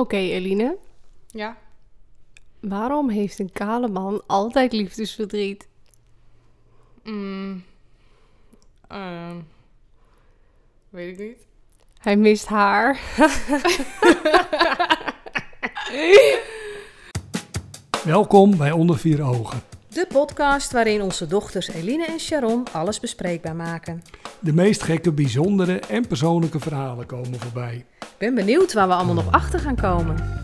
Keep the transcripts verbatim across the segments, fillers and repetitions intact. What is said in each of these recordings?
Oké, Eline. Ja? Waarom heeft een kale man altijd liefdesverdriet? Mm, uh, weet ik niet. Hij mist haar. Welkom bij Onder Vier Ogen. De podcast waarin onze dochters Eline en Sharon alles bespreekbaar maken. De meest gekke, bijzondere en persoonlijke verhalen komen voorbij. Ik ben benieuwd waar we allemaal nog achter gaan komen.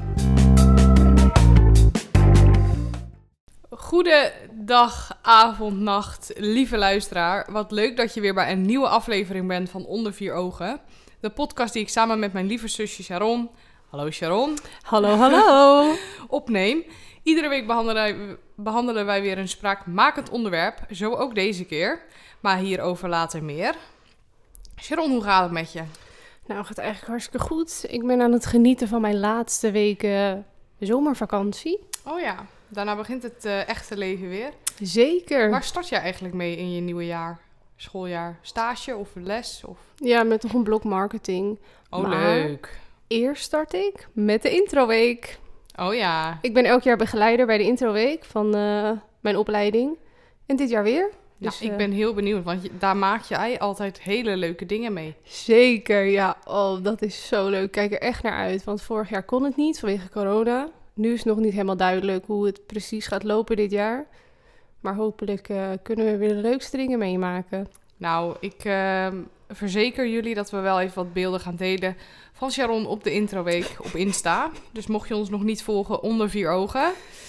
Goedendag, avond, nacht, lieve luisteraar. Wat leuk dat je weer bij een nieuwe aflevering bent van Onder Vier Ogen. De podcast die ik samen met mijn lieve zusje Sharon, hallo Sharon, Hallo, hallo. opneem. Iedere week behandelen, behandelen wij weer een spraakmakend onderwerp, zo ook deze keer. Maar hierover later meer. Sharon, hoe gaat het met je? Nou, het gaat eigenlijk hartstikke goed. Ik ben aan het genieten van mijn laatste weken zomervakantie. Oh ja, daarna begint het uh, echte leven weer. Zeker. Waar start jij eigenlijk mee in je nieuwe jaar? Schooljaar? Stage of les? Of... Ja, met nog een blok marketing. Oh, Maar leuk. Eerst start ik met de introweek. Oh ja. Ik ben elk jaar begeleider bij de introweek van uh, mijn opleiding. En dit jaar weer. Dus, Nou, ik uh, ben heel benieuwd, want je, daar maak je altijd hele leuke dingen mee. Zeker, ja. Oh, dat is zo leuk. Ik kijk er echt naar uit. Want vorig jaar kon het niet vanwege corona. Nu is nog niet helemaal duidelijk hoe het precies gaat lopen dit jaar. Maar hopelijk uh, kunnen we weer de leukste dingen meemaken. Nou, ik uh, verzeker jullie dat we wel even wat beelden gaan delen van Sharon op de introweek op Insta. Dus mocht je ons nog niet volgen, Onder Vier Ogen.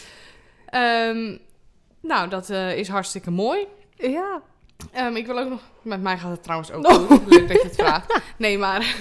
Um, nou, dat uh, is hartstikke mooi. Ja. Um, ik wil ook nog... Met mij gaat het trouwens ook goed. Leuk dat je het vraagt. Nee, maar...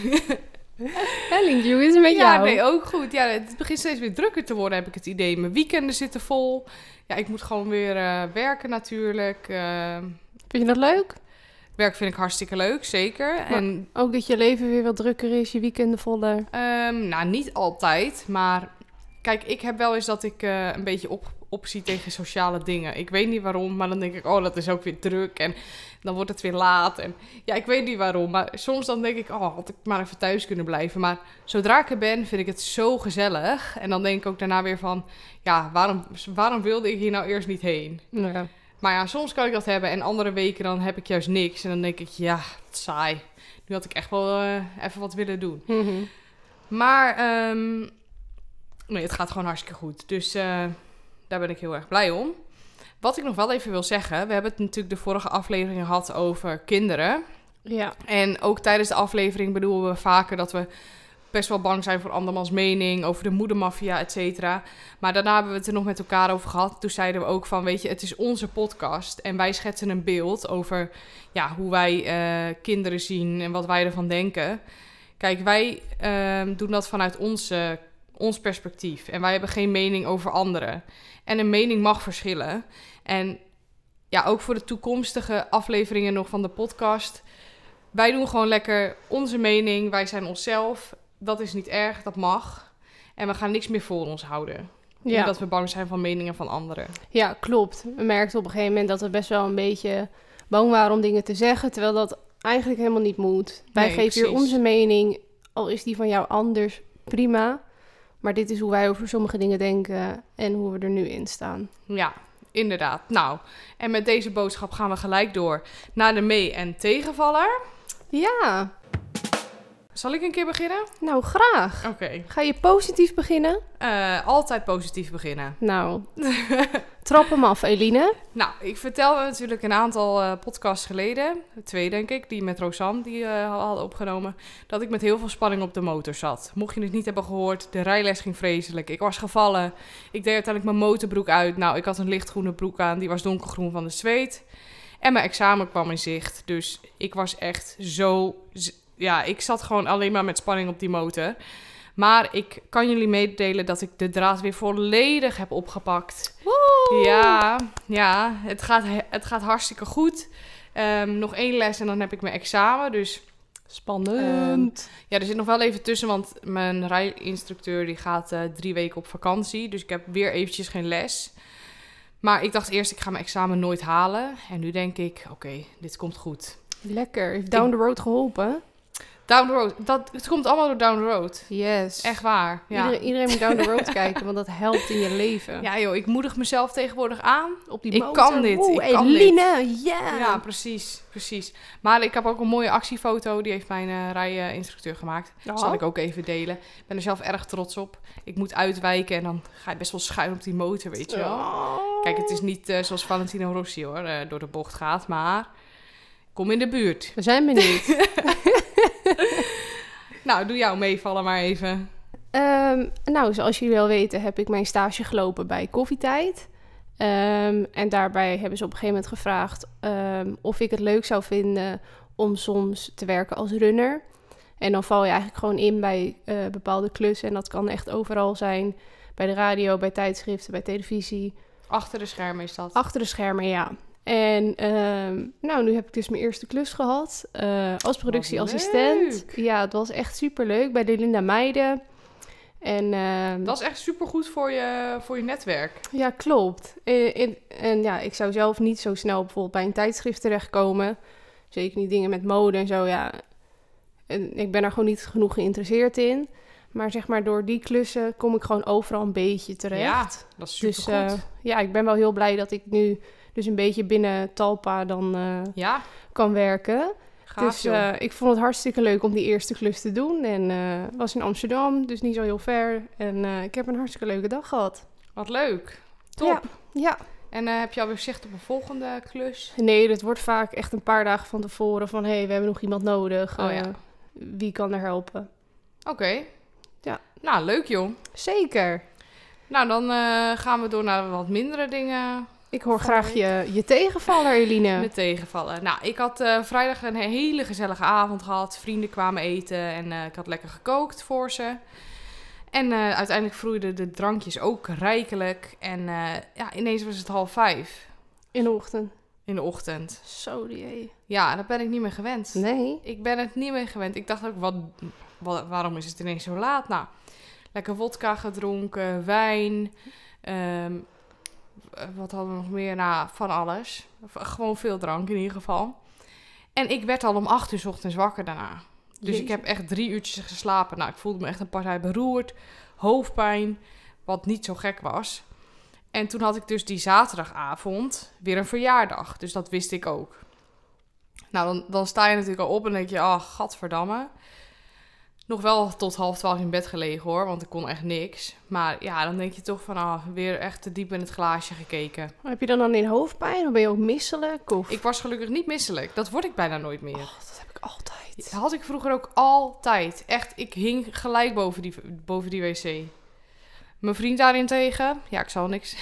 Helling, hoe is het met ja, jou? nee, ook goed. Ja, het begint steeds weer drukker te worden, heb ik het idee. Mijn weekenden zitten vol. Ja, ik moet gewoon weer uh, werken natuurlijk. Uh, Vind je dat leuk? werk vind ik hartstikke leuk, zeker. Maar En, ook dat je leven weer wat drukker is, je weekenden voller. um, nou, niet altijd, maar... Kijk, ik heb wel eens dat ik uh, een beetje op, opzie tegen sociale dingen. Ik weet niet waarom, maar dan denk ik, oh, dat is ook weer druk. En dan wordt het weer laat. En ja, ik weet niet waarom, maar soms dan denk ik, oh, had ik maar even thuis kunnen blijven. Maar zodra ik er ben, vind ik het zo gezellig. En dan denk ik ook daarna weer van, ja, waarom, waarom wilde ik hier nou eerst niet heen? Ja. Maar ja, soms kan ik dat hebben en andere weken dan heb ik juist niks. En dan denk ik, ja, wat saai. Nu had ik echt wel uh, even wat willen doen. Mm-hmm. Maar... Um, Nee, het gaat gewoon hartstikke goed. Dus uh, daar ben ik heel erg blij om. Wat ik nog wel even wil zeggen. We hebben het natuurlijk de vorige aflevering gehad over kinderen. Ja. En ook tijdens de aflevering bedoelen we vaker dat we best wel bang zijn voor andermans mening. Over de moedermafia, et cetera. Maar daarna hebben we het er nog met elkaar over gehad. Toen zeiden we ook van, weet je, het is onze podcast. En wij schetsen een beeld over ja, hoe wij uh, kinderen zien en wat wij ervan denken. Kijk, wij uh, doen dat vanuit onze ons perspectief. En wij hebben geen mening over anderen. En een mening mag verschillen. En ja, ook voor de toekomstige afleveringen nog van de podcast. Wij doen gewoon lekker onze mening. Wij zijn onszelf. Dat is niet erg, dat mag. En we gaan niks meer voor ons houden. Ja. Omdat we bang zijn van meningen van anderen. Ja, klopt. We merkten op een gegeven moment dat we best wel een beetje bang waren om dingen te zeggen. Terwijl dat eigenlijk helemaal niet moet. Wij Nee, geven hier precies. onze mening. Al is die van jou anders, prima. Maar dit is hoe wij over sommige dingen denken en hoe we er nu in staan. Ja, inderdaad. Nou, en met deze boodschap gaan we gelijk door naar de mee- en tegenvaller. Ja, Zal ik een keer beginnen? nou graag. Oké. Okay. Ga je positief beginnen? Uh, altijd positief beginnen. Nou, trap hem af, Eline. Nou, ik vertelde natuurlijk een aantal uh, podcasts geleden, twee denk ik, die met Rosanne die uh, hadden opgenomen, dat ik met heel veel spanning op de motor zat. Mocht je het niet hebben gehoord, de rijles ging vreselijk. Ik was gevallen. Ik deed uiteindelijk mijn motorbroek uit. Nou, ik had een lichtgroene broek aan, die was donkergroen van de zweet. En mijn examen kwam in zicht. Dus ik was echt zo... Ja, ik zat gewoon alleen maar met spanning op die motor. Maar ik kan jullie meedelen dat ik de draad weer volledig heb opgepakt. Woe! Ja, ja het, gaat, het gaat hartstikke goed. Um, nog één les en dan heb ik mijn examen. Dus spannend. Um, ja, er zit nog wel even tussen, want mijn rijinstructeur die gaat uh, drie weken op vakantie. Dus ik heb weer eventjes geen les. Maar ik dacht eerst, ik ga mijn examen nooit halen. En nu denk ik, oké, okay, dit komt goed. Lekker. Heeft down ik... the road geholpen? Down the Road. Dat, het komt allemaal door Down the Road. Yes. Echt waar. Ja. Iedereen, iedereen moet Down the Road kijken, want dat helpt in je leven. Ja joh, ik moedig mezelf tegenwoordig aan. Op die Ik motor. kan dit, Oeh, ik kan Eline, ja. Ja, precies, precies. Maar ik heb ook een mooie actiefoto. Die heeft mijn uh, rijinstructeur gemaakt. Ja. Zal ik ook even delen. Ik ben er zelf erg trots op. Ik moet uitwijken en dan ga je best wel schuin op die motor, weet je wel. Oh. Kijk, het is niet uh, zoals Valentino Rossi hoor, uh, door de bocht gaat. Maar kom in de buurt. We zijn benieuwd. Nou, doe jou meevallen maar even. Um, nou, zoals jullie wel weten heb ik mijn stage gelopen bij Koffietijd. Um, en daarbij hebben ze op een gegeven moment gevraagd um, of ik het leuk zou vinden om soms te werken als runner. En dan val je eigenlijk gewoon in bij uh, bepaalde klussen. En dat kan echt overal zijn. Bij de radio, bij tijdschriften, bij televisie. Achter de schermen is dat. Achter de schermen, ja. En um, nou, nu heb ik dus mijn eerste klus gehad uh, als productieassistent. Ja, het was echt superleuk bij de Linda Meijden. En, uh, dat is echt supergoed voor je, voor je netwerk. Ja, klopt. En, en, en ja, ik zou zelf niet zo snel bijvoorbeeld bij een tijdschrift terechtkomen. Zeker niet dingen met mode en zo, ja. En ik ben daar gewoon niet genoeg geïnteresseerd in. Maar zeg maar, door die klussen kom ik gewoon overal een beetje terecht. Ja, dat is supergoed. Dus uh, ja, ik ben wel heel blij dat ik nu dus een beetje binnen Talpa dan uh, ja. kan werken. Gaaf, dus uh, ik vond het hartstikke leuk om die eerste klus te doen. En uh, was in Amsterdam, dus niet zo heel ver. En uh, ik heb een hartstikke leuke dag gehad. Wat leuk. Top. Ja. ja. En uh, heb je alweer zicht op een volgende klus? Nee, dat wordt vaak echt een paar dagen van tevoren van... hé, hey, we hebben nog iemand nodig. Oh, uh, ja. Wie kan er helpen? Oké. Okay. Ja. Nou, leuk joh. Zeker. Nou, dan uh, gaan we door naar wat mindere dingen. Ik hoor graag je, je tegenvaller, Eline. Met tegenvallen. Nou, ik had uh, vrijdag een hele gezellige avond gehad. Vrienden kwamen eten en uh, ik had lekker gekookt voor ze. En uh, uiteindelijk vloeiden de drankjes ook rijkelijk. En uh, ja, ineens was het half vijf. In de ochtend. In de ochtend. Zo die. Ja, dat ben ik niet meer gewend. Nee. Ik ben het niet meer gewend. Ik dacht ook, wat, wat, waarom is het ineens zo laat? Nou, lekker wodka gedronken, wijn... Um, wat hadden we nog meer? Nou, van alles. Gewoon veel drank in ieder geval. En ik werd al om acht uur 's ochtends wakker daarna. Dus Jezus. Ik heb echt drie uurtjes geslapen. Nou, ik voelde me echt een partij beroerd. Hoofdpijn. Wat niet zo gek was. En toen had ik dus die zaterdagavond weer een verjaardag. Dus dat wist ik ook. Nou, dan, dan sta je natuurlijk al op en denk je... Oh, gadverdamme. Nog wel tot half twaalf in bed gelegen hoor, want ik kon echt niks. Maar ja, dan denk je toch van, ah, weer echt te diep in het glaasje gekeken. Heb je dan dan in hoofdpijn of ben je ook misselijk? Of? Ik was gelukkig niet misselijk. Dat word ik bijna nooit meer. Oh, dat heb ik altijd. Dat had ik vroeger ook altijd. Echt, ik hing gelijk boven die, boven die wc. Mijn vriend daarin tegen. Ja, ik zal niks.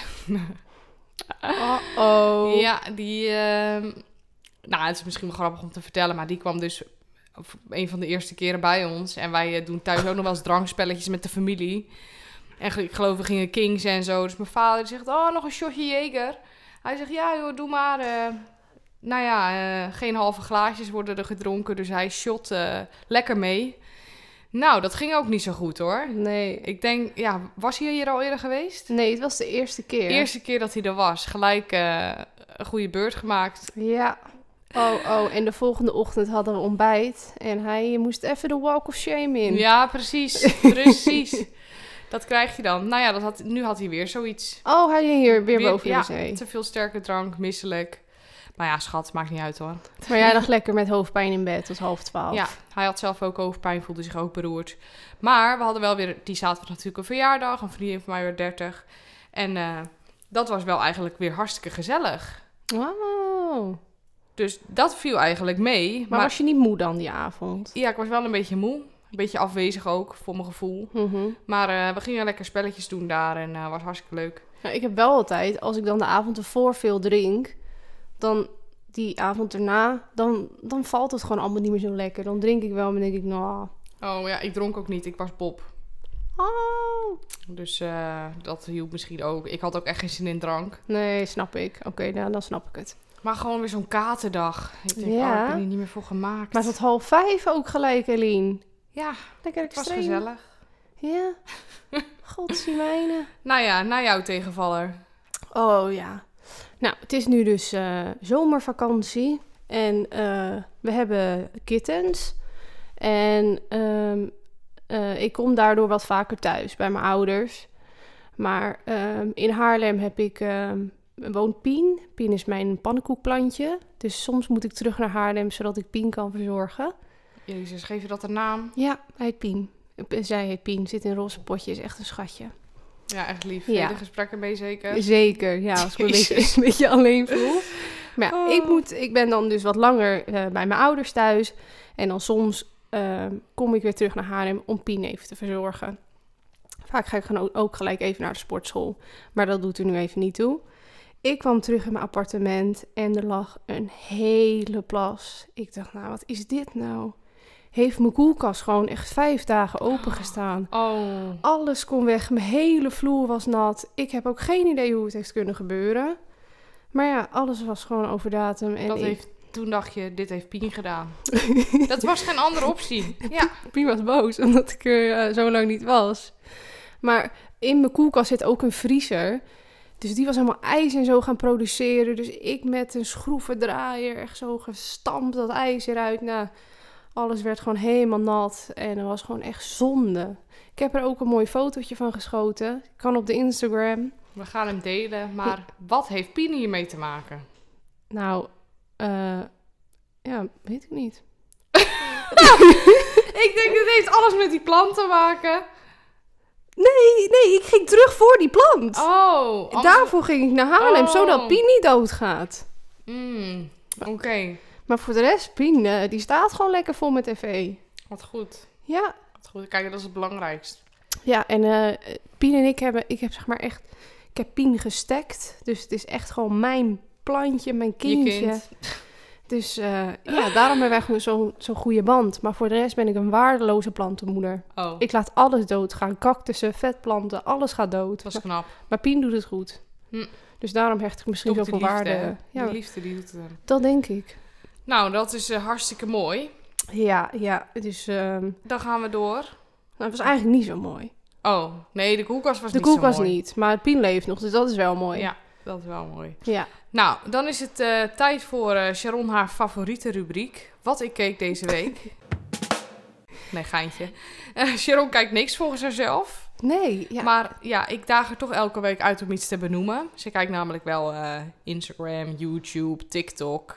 Uh-oh. Ja, die... Uh... Nou, het is misschien wel grappig om te vertellen, maar die kwam dus... een van de eerste keren bij ons. En wij uh, doen thuis ook nog wel eens drankspelletjes met de familie. En ik geloof we gingen Kings en zo. Dus mijn vader zegt, oh, nog een shotje Jäger. Hij zegt, ja joh, doe maar. Uh, nou ja, uh, geen halve glaasjes worden er gedronken. Dus hij shot uh, lekker mee. Nou, dat ging ook niet zo goed hoor. Nee. Ik denk, ja, was hij hier al eerder geweest? Nee, het was de eerste keer. De eerste keer dat hij er was. Gelijk uh, een goede beurt gemaakt. Ja. Oh, oh, en de volgende ochtend hadden we ontbijt. En hij moest even de walk of shame in. Ja, precies. Precies. Dat krijg je dan. Nou ja, dat had, nu had hij weer zoiets. Oh, hij ging hier weer, weer boven ja, de zee. Te veel sterke drank, misselijk. Maar ja, schat, maakt niet uit hoor. Maar jij lag lekker met hoofdpijn in bed tot half twaalf. Ja, hij had zelf ook hoofdpijn, voelde zich ook beroerd. Maar we hadden wel weer, die zaterdag natuurlijk een verjaardag. Een vriendin van mij werd dertig. En uh, dat was wel eigenlijk weer hartstikke gezellig. Wow. Dus dat viel eigenlijk mee. Maar, maar was je niet moe dan die avond? Ja, ik was wel een beetje moe. Een beetje afwezig ook, voor mijn gevoel. Mm-hmm. Maar uh, we gingen lekker spelletjes doen daar en uh, was hartstikke leuk. Nou, ik heb wel altijd, als ik dan de avond ervoor veel drink, dan die avond erna, dan, dan valt het gewoon allemaal niet meer zo lekker. Dan drink ik wel en dan denk ik, nou... Oh ja, ik dronk ook niet. Ik was Bob. Oh. Dus uh, dat hielp misschien ook. Ik had ook echt geen zin in drank. Nee, snap ik. Oké, okay, nou, dan snap ik het. Maar gewoon weer zo'n katerdag. Ik denk, ja. oh, ik ben hier niet meer voor gemaakt. Maar tot half vijf ook gelijk, Eline. Ja, lekker het was extreem. gezellig. Ja. Godzie mijne. Nou ja, na jouw tegenvaller. Oh ja. Nou, het is nu dus uh, zomervakantie. En uh, we hebben kittens. En um, uh, ik kom daardoor wat vaker thuis bij mijn ouders. Maar um, in Haarlem heb ik, um, woont Pien. Pien is mijn pannenkoekplantje. Dus soms moet ik terug naar Haarlem, zodat ik Pien kan verzorgen. Jezus, geef je dat een naam? Ja, hij heet Pien. Zij heet Pien, zit in een roze potje, is echt een schatje. Ja, echt lief. Ja. Hele gesprekken mee zeker? Zeker, ja, als ik me een beetje, een beetje alleen voel. Maar ja, Oh. ik, moet, ik ben dan dus wat langer uh, bij mijn ouders thuis. En dan soms uh, kom ik weer terug naar Haarlem om Pien even te verzorgen. Vaak ga ik gewoon ook gelijk even naar de sportschool. Maar dat doet er nu even niet toe. Ik kwam terug in mijn appartement en er lag een hele plas. Ik dacht, nou, wat is dit nou? Heeft mijn koelkast gewoon echt vijf dagen opengestaan. Oh. Alles kon weg, mijn hele vloer was nat. Ik heb ook geen idee hoe het heeft kunnen gebeuren. Maar ja, alles was gewoon over datum. En Dat ik... heeft, toen dacht je, dit heeft Pien gedaan. Dat was geen andere optie. Ja. Pien was boos, omdat ik er uh, zo lang niet was. Maar in mijn koelkast zit ook een vriezer. Dus die was helemaal ijs en zo gaan produceren. Dus ik met een schroevendraaier echt zo gestampt dat ijs eruit. Nou, alles werd gewoon helemaal nat. En dat was gewoon echt zonde. Ik heb er ook een mooi fotootje van geschoten. Kan op de Instagram. We gaan hem delen. Maar wat heeft Pien hiermee te maken? Nou, uh, ja, weet ik niet. Ik denk, dit heeft alles met die plant te maken. Nee, nee, ik ging terug voor die plant. Oh. Anders... Daarvoor ging ik naar Haarlem, Oh. zodat Pien niet doodgaat. Mm, Oké, okay. Maar voor de rest, Pien, uh, die staat gewoon lekker vol met tv. Wat goed. Ja. Wat goed. Kijk, dat is het belangrijkst. Ja, en uh, Pien en ik hebben, ik heb zeg maar echt, ik heb Pien gestekt. Dus het is echt gewoon mijn plantje, mijn kindje. Je kind. Dus uh, ja, daarom hebben wij gewoon zo'n zo'n goede band. Maar voor de rest ben ik een waardeloze plantenmoeder. Oh, Ik laat alles doodgaan. Cactussen, vetplanten, alles gaat dood. dat is knap. Maar Pien doet het goed. Hm. Dus daarom hecht ik misschien Toch zoveel die liefde, waarde. hè? Ja, Die liefde, die doet het hem. dat denk ik. Nou, dat is uh, hartstikke mooi. Ja, ja. Dus um, Dan gaan we door. nou, het was eigenlijk niet zo mooi. Oh, nee, de koelkast was De niet koelkast zo mooi. niet, maar Pien leeft nog, dus dat is wel mooi. Ja, dat is wel mooi. Ja. Nou, dan is het uh, tijd voor uh, Sharon haar favoriete rubriek. Wat ik keek deze week. Nee, geintje. Uh, Sharon kijkt niks volgens haarzelf. Nee, ja. Maar ja, ik daag er toch elke week uit om iets te benoemen. Ze kijkt namelijk wel uh, Instagram, YouTube, TikTok.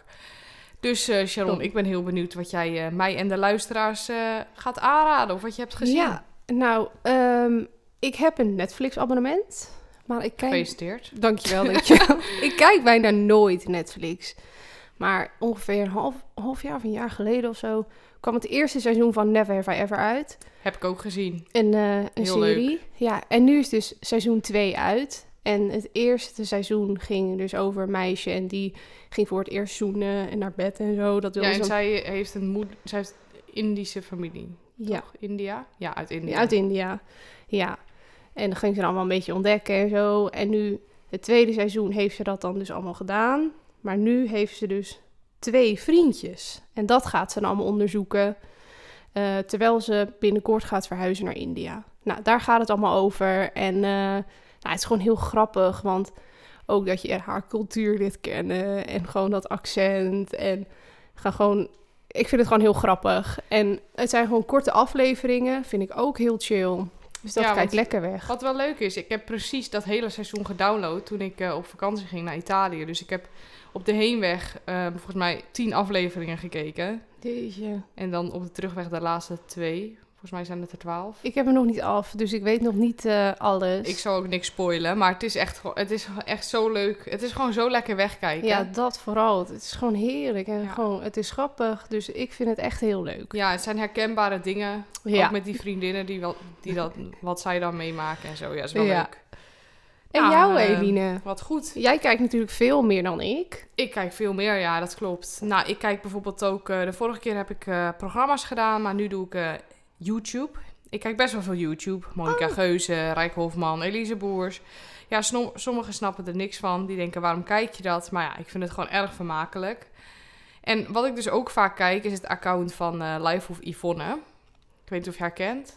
Dus uh, Sharon, Oh. ik ben heel benieuwd wat jij uh, mij en de luisteraars uh, gaat aanraden. Of wat je hebt gezien. Ja, nou, um, ik heb een Netflix-abonnement. Maar ik kijk... Gefeliciteerd. Dankjewel, dankjewel. Ik kijk bijna nooit Netflix. Maar ongeveer een half, half jaar of een jaar geleden of zo kwam het eerste seizoen van Never Have I Ever uit. Heb ik ook gezien. Een, uh, een Heel serie. leuk. Ja, en nu is dus seizoen twee uit. En het eerste seizoen ging dus over een meisje en die ging voor het eerst zoenen en naar bed en zo. Dat Ja, wilde en ze... zij heeft een moeder, zij heeft Indische familie. Ja. Toch? India? Ja, uit India. Ja, uit India. Ja. En dan ging ze dan allemaal een beetje ontdekken en zo. En nu, het tweede seizoen, heeft ze dat dan dus allemaal gedaan. Maar nu heeft ze dus twee vriendjes. En dat gaat ze dan allemaal onderzoeken. Uh, terwijl ze binnenkort gaat verhuizen naar India. Nou, daar gaat het allemaal over. En uh, nou, het is gewoon heel grappig. Want ook dat je haar cultuur leert kennen. En gewoon dat accent. En gaan gewoon... Ik vind het gewoon heel grappig. En het zijn gewoon korte afleveringen. Vind ik ook heel chill. Dus dat Ja, kijkt want lekker weg. Wat wel leuk is, ik heb precies dat hele seizoen gedownload toen ik uh, op vakantie ging naar Italië. Dus ik heb op de heenweg uh, volgens mij tien afleveringen gekeken. Deze. En dan op de terugweg de laatste twee. Volgens mij zijn het er twaalf. Ik heb er nog niet af, dus ik weet nog niet uh, alles. Ik zal ook niks spoilen, maar het is echt, het is echt zo leuk. Het is gewoon zo lekker wegkijken. Ja, dat vooral. Het is gewoon heerlijk en Ja. gewoon, het is grappig. Dus ik vind het echt heel leuk. Ja, het zijn herkenbare dingen. Ja. Ook met die vriendinnen die, wel, die dat, wat zij dan meemaken en zo. Ja, is wel Ja. leuk. En Nou, jou, uh, Eline? Wat goed. Jij kijkt natuurlijk veel meer dan ik. Ik kijk veel meer, ja, dat klopt. Nou, ik kijk bijvoorbeeld ook... Uh, de vorige keer heb ik uh, programma's gedaan, maar nu doe ik uh, YouTube. Ik kijk best wel veel YouTube. Monica Oh. Geuze, Rijk Hofman, Elise Boers. Ja, sno- sommigen snappen er niks van. Die denken, waarom kijk je dat? Maar ja, ik vind het gewoon erg vermakelijk. En wat ik dus ook vaak kijk, is het account van uh, Life of Yvonne. Ik weet niet of je haar kent.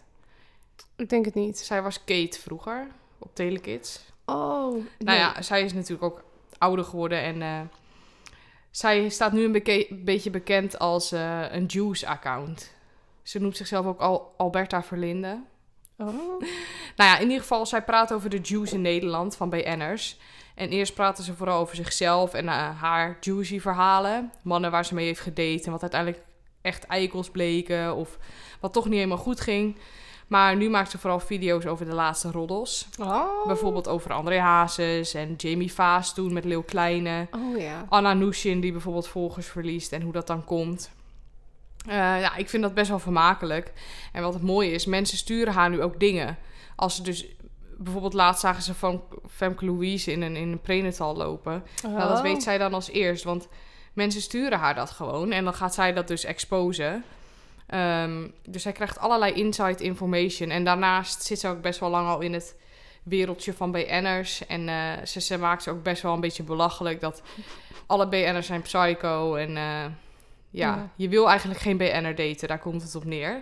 Ik denk het niet. Zij was Kate vroeger op Telekids. Oh. Nou nee. ja, zij is natuurlijk ook ouder geworden en uh, zij staat nu een beke- beetje bekend als uh, een Juice-account. Ze noemt zichzelf ook Al- Alberta Verlinde. Oh. Nou ja, in ieder geval, zij praat over de Jews in Nederland van B N'ers. En eerst praten ze vooral over zichzelf en uh, haar Jewsy verhalen. Mannen waar ze mee heeft gedate en wat uiteindelijk echt eikels bleken of wat toch niet helemaal goed ging. Maar nu maakt ze vooral video's over de laatste roddels. Oh. Bijvoorbeeld over André Hazes en Jamie Vaas toen met Leeuw Kleine. Oh ja. Anna Nushin die bijvoorbeeld volgers verliest en hoe dat dan komt. Uh, ja, ik vind dat best wel vermakelijk. En wat het mooie is, mensen sturen haar nu ook dingen. Als ze dus... Bijvoorbeeld laatst zagen ze van Femke Louise in een, in een prenatal lopen. Oh. Nou, dat weet zij dan als eerst. Want mensen sturen haar dat gewoon. En dan gaat zij dat dus exposen. Um, dus zij krijgt allerlei inside information. En daarnaast zit ze ook best wel lang al in het wereldje van B N'ers. En uh, ze, ze maakt ze ook best wel een beetje belachelijk. Dat alle B N'ers zijn psycho. En uh, ja, ja, je wil eigenlijk geen B N'er daten. Daar komt het op neer.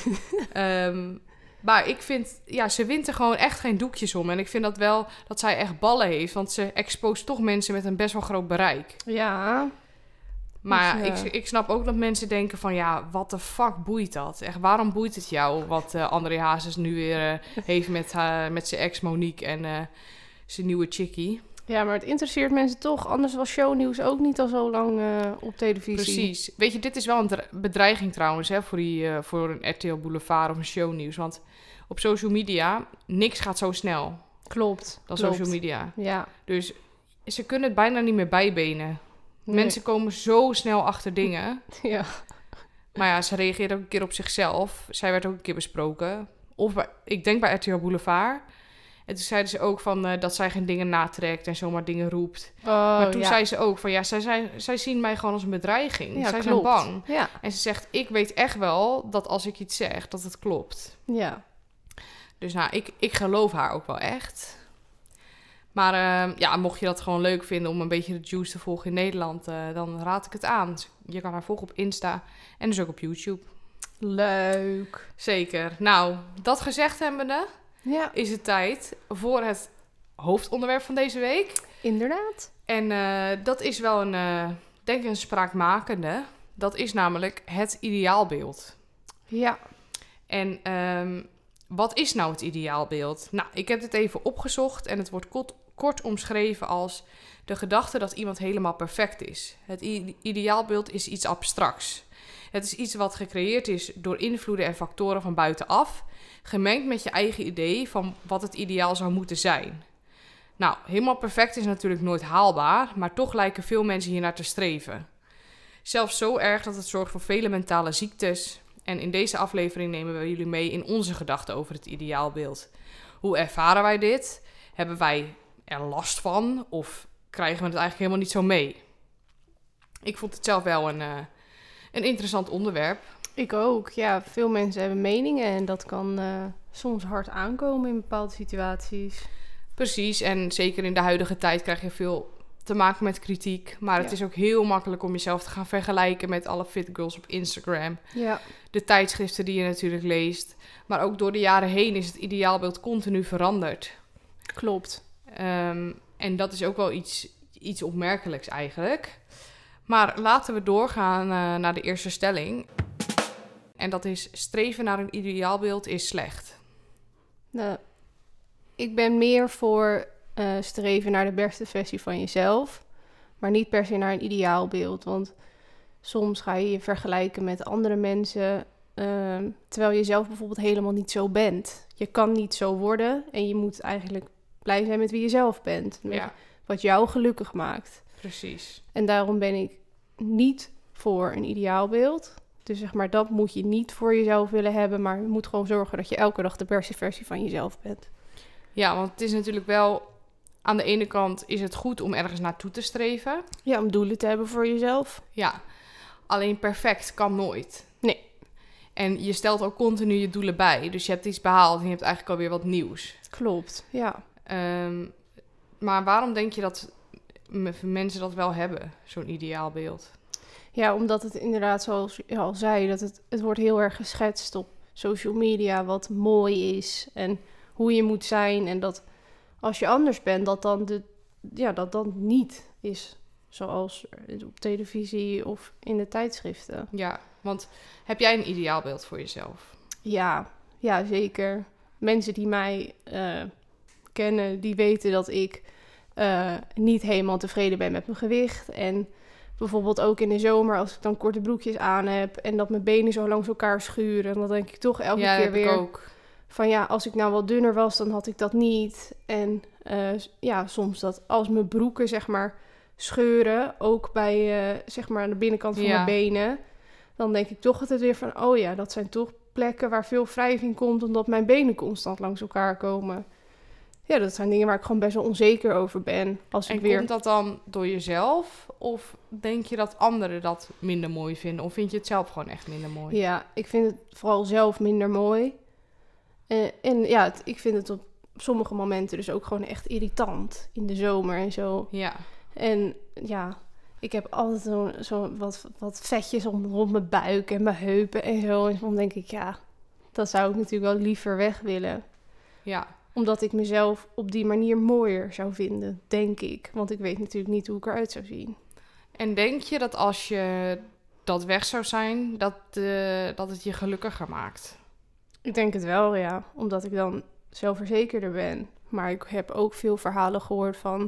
um, Maar ik vind, ja, ze wint er gewoon echt geen doekjes om. En ik vind dat wel dat zij echt ballen heeft. Want ze exposeert toch mensen met een best wel groot bereik. Ja. Maar dus, uh... ik, ik snap ook dat mensen denken van... ja, wat de fuck boeit dat? Echt, waarom boeit het jou wat uh, André Hazes nu weer uh, heeft met, uh, met zijn ex Monique en uh, zijn nieuwe chickie? Ja, maar het interesseert mensen toch. Anders was shownieuws ook niet al zo lang uh, op televisie. Precies. Weet je, dit is wel een bedreiging trouwens... Hè, voor, die, uh, voor een R T L Boulevard of een shownieuws. Want op social media, niks gaat zo snel. Klopt. Dan klopt. social media. Ja. Dus ze kunnen het bijna niet meer bijbenen. Nee. Mensen komen zo snel achter dingen. Ja. Maar ja, ze reageerde ook een keer op zichzelf. Zij werd ook een keer besproken. Of bij, ik denk bij R T L Boulevard. En toen zeiden ze ook van, uh, dat zij geen dingen natrekt en zomaar dingen roept. Oh, maar toen ja. zei ze ook van, ja, zij, zij, zij zien mij gewoon als een bedreiging. Ja, zij klopt. zijn bang. Ja. En ze zegt, ik weet echt wel dat als ik iets zeg, dat het klopt. Ja. Dus nou, ik, ik geloof haar ook wel echt. Maar uh, ja, mocht je dat gewoon leuk vinden om een beetje de juice te volgen in Nederland, uh, dan raad ik het aan. Je kan haar volgen op Insta en dus ook op YouTube. Leuk. Zeker. Nou, dat gezegd hebbende, Ja. is het tijd voor het hoofdonderwerp van deze week. Inderdaad. En uh, dat is wel een, uh, denk ik, een spraakmakende. Dat is namelijk het ideaalbeeld. Ja. En um, wat is nou het ideaalbeeld? Nou, ik heb dit even opgezocht en het wordt kort, kort omschreven als de gedachte dat iemand helemaal perfect is. Het i- ideaalbeeld is iets abstracts. Het is iets wat gecreëerd is door invloeden en factoren van buitenaf, gemengd met je eigen idee van wat het ideaal zou moeten zijn. Nou, helemaal perfect is natuurlijk nooit haalbaar, maar toch lijken veel mensen hier naar te streven. Zelfs zo erg dat het zorgt voor vele mentale ziektes. En in deze aflevering nemen we jullie mee in onze gedachten over het ideaalbeeld. Hoe ervaren wij dit? Hebben wij er last van? Of krijgen we het eigenlijk helemaal niet zo mee? Ik vond het zelf wel een, uh, een interessant onderwerp. Ik ook. Ja, veel mensen hebben meningen en dat kan uh, soms hard aankomen in bepaalde situaties. Precies, en zeker in de huidige tijd krijg je veel te maken met kritiek. Maar het ja. is ook heel makkelijk om jezelf te gaan vergelijken met alle fit girls op Instagram. Ja. De tijdschriften die je natuurlijk leest. Maar ook door de jaren heen is het ideaalbeeld continu veranderd. Klopt. Um, en dat is ook wel iets, iets opmerkelijks eigenlijk. Maar laten we doorgaan uh, naar de eerste stelling. En dat is: streven naar een ideaalbeeld is slecht. Nou, ik ben meer voor uh, streven naar de beste versie van jezelf. Maar niet per se naar een ideaalbeeld. Want soms ga je je vergelijken met andere mensen. Uh, terwijl je zelf bijvoorbeeld helemaal niet zo bent. Je kan niet zo worden. En je moet eigenlijk blij zijn met wie je zelf bent. Met Ja. wat jou gelukkig maakt. Precies. En daarom ben ik niet voor een ideaalbeeld. Dus zeg maar, dat moet je niet voor jezelf willen hebben. Maar je moet gewoon zorgen dat je elke dag de beste versie van jezelf bent. Ja, want het is natuurlijk wel... Aan de ene kant is het goed om ergens naartoe te streven. Ja, om doelen te hebben voor jezelf. Ja, alleen perfect kan nooit. Nee. En je stelt ook continu je doelen bij. Dus je hebt iets behaald en je hebt eigenlijk alweer wat nieuws. Klopt, ja. Um, maar waarom denk je dat m- mensen dat wel hebben, zo'n ideaalbeeld? Ja, omdat het inderdaad, zoals je al zei, dat het, het wordt heel erg geschetst op social media wat mooi is en hoe je moet zijn. En dat als je anders bent, dat dan, de, ja, dat dan niet is zoals op televisie of in de tijdschriften. Ja, Want heb jij een ideaalbeeld voor jezelf? Ja, ja, zeker. Mensen die mij uh, kennen, die weten dat ik uh, niet helemaal tevreden ben met mijn gewicht. En bijvoorbeeld ook in de zomer, als ik dan korte broekjes aan heb en dat mijn benen zo langs elkaar schuren, dan denk ik toch elke ja, keer heb weer ik ook. van ja, als ik nou wat dunner was, dan had ik dat niet. En uh, ja, soms dat als mijn broeken zeg maar scheuren, ook bij uh, zeg maar aan de binnenkant van ja. mijn benen, dan denk ik toch altijd weer van oh ja, dat zijn toch plekken waar veel wrijving komt, omdat mijn benen constant langs elkaar komen. Ja, dat zijn dingen waar ik gewoon best wel onzeker over ben. Als en ik weer... komt dat dan door jezelf? Of denk je dat anderen dat minder mooi vinden? Of vind je het zelf gewoon echt minder mooi? Ja, ik vind het vooral zelf minder mooi. Uh, en ja, het, ik vind het op sommige momenten dus ook gewoon echt irritant. In de zomer en zo. Ja. En ja, ik heb altijd zo, zo wat, wat vetjes om, rond mijn buik en mijn heupen en zo. En dan denk ik, ja, dat zou ik natuurlijk wel liever weg willen. Ja. Omdat ik mezelf op die manier mooier zou vinden, denk ik. Want ik weet natuurlijk niet hoe ik eruit zou zien. En denk je dat als je dat weg zou zijn, dat, uh, dat het je gelukkiger maakt? Ik denk het wel, ja. Omdat ik dan zelfverzekerder ben. Maar ik heb ook veel verhalen gehoord van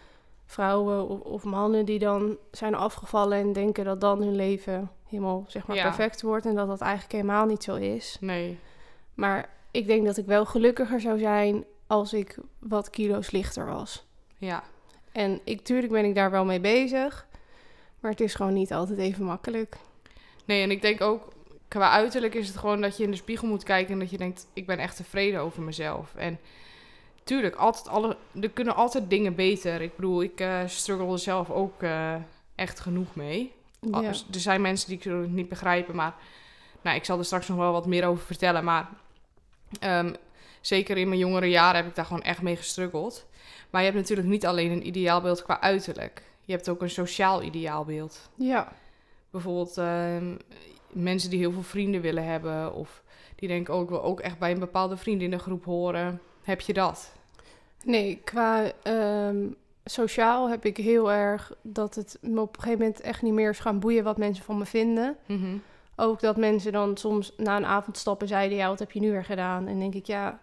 vrouwen of, of mannen die dan zijn afgevallen en denken dat dan hun leven helemaal zeg maar ja. perfect wordt. En dat dat eigenlijk helemaal niet zo is. Nee. Maar ik denk dat ik wel gelukkiger zou zijn als ik wat kilo's lichter was. Ja. En ik, tuurlijk ben ik daar wel mee bezig. Maar het is gewoon niet altijd even makkelijk. Nee, en ik denk ook, qua uiterlijk is het gewoon dat je in de spiegel moet kijken en dat je denkt, ik ben echt tevreden over mezelf. En tuurlijk, altijd alle, er kunnen altijd dingen beter. Ik bedoel, ik uh, struggle er zelf ook uh, echt genoeg mee. Ja. Er zijn mensen die ik het niet begrijpen, maar nou, ik zal er straks nog wel wat meer over vertellen. Maar um, zeker in mijn jongere jaren heb ik daar gewoon echt mee gestruggeld. Maar je hebt natuurlijk niet alleen een ideaalbeeld qua uiterlijk. Je hebt ook een sociaal ideaalbeeld. Ja. Bijvoorbeeld uh, mensen die heel veel vrienden willen hebben. Of die denken ook, ik wil ook echt bij een bepaalde vriendinnengroep horen. Heb je dat? Nee, qua um, sociaal heb ik heel erg dat het me op een gegeven moment echt niet meer is gaan boeien wat mensen van me vinden. Mm-hmm. Ook dat mensen dan soms na een avondstappen zeiden, ja, wat heb je nu weer gedaan? En denk ik, ja,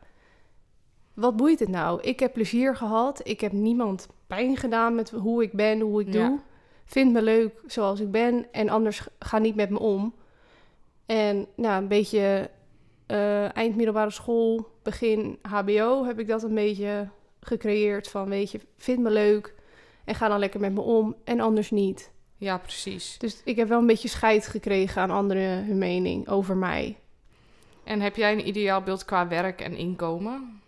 wat boeit het nou? Ik heb plezier gehad. Ik heb niemand pijn gedaan met hoe ik ben, hoe ik ja. doe. Vind me leuk zoals ik ben en anders ga niet met me om. En nou, een beetje uh, eind middelbare school, begin H B O heb ik dat een beetje gecreëerd van, weet je, vind me leuk en ga dan lekker met me om en anders niet. Ja, precies. Dus ik heb wel een beetje scheid gekregen aan anderen hun mening over mij. En heb jij een ideaalbeeld qua werk en inkomen?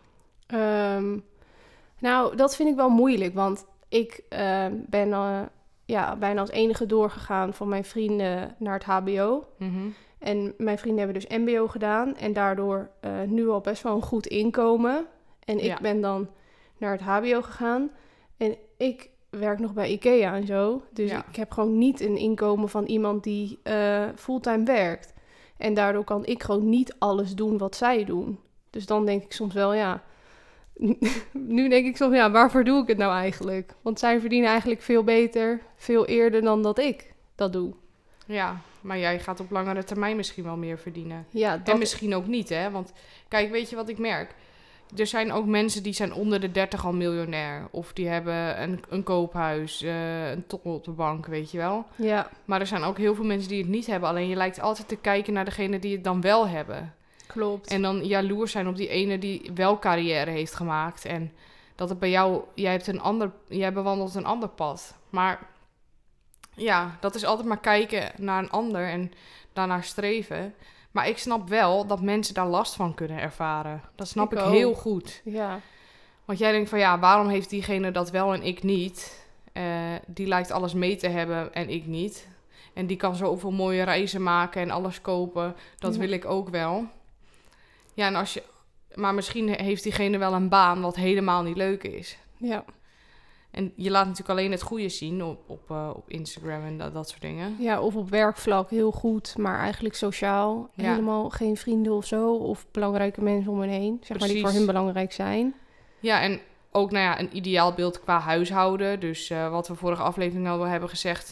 Um, nou, dat vind ik wel moeilijk, want ik uh, ben uh, ja, bijna als enige doorgegaan van mijn vrienden naar het H B O. Mm-hmm. En mijn vrienden hebben dus M B O gedaan en daardoor uh, nu al best wel een goed inkomen. En ik ja. ben dan naar het H B O gegaan en ik werk nog bij IKEA en zo. Dus ja. ik heb gewoon niet een inkomen van iemand die uh, fulltime werkt. En daardoor kan ik gewoon niet alles doen wat zij doen. Dus dan denk ik soms wel, ja... nu denk ik soms, ja, waarvoor doe ik het nou eigenlijk? Want zij verdienen eigenlijk veel beter, veel eerder dan dat ik dat doe. Ja, maar jij gaat op langere termijn misschien wel meer verdienen. Ja, dat... En misschien ook niet, hè? Want kijk, weet je wat ik merk? Er zijn ook mensen die zijn onder de dertig al miljonair. Of die hebben een, een koophuis, uh, een ton op de bank, weet je wel. Ja. Maar er zijn ook heel veel mensen die het niet hebben. Alleen je lijkt altijd te kijken naar degene die het dan wel hebben. Klopt. En dan jaloers zijn op die ene die wel carrière heeft gemaakt. En dat het bij jou, jij hebt een ander, jij bewandelt een ander pad. Maar ja, dat is altijd maar kijken naar een ander en daarnaar streven. Maar ik snap wel dat mensen daar last van kunnen ervaren. Dat snap ik, ik heel goed. Ja. Want jij denkt van ja, waarom heeft diegene dat wel en ik niet? Uh, die lijkt alles mee te hebben en ik niet. En die kan zoveel mooie reizen maken en alles kopen. Dat ja. wil ik ook wel. Ja, en als je, maar misschien heeft diegene wel een baan wat helemaal niet leuk is. Ja. En je laat natuurlijk alleen het goede zien op, op, uh, op Instagram en dat, dat soort dingen. Ja, of op werkvlak heel goed, maar eigenlijk sociaal ja. helemaal geen vrienden of zo. Of belangrijke mensen om hen heen, zeg maar, die voor hun belangrijk zijn. Ja, en ook nou ja, een ideaalbeeld qua huishouden. Dus uh, wat we vorige aflevering al hebben gezegd. Ik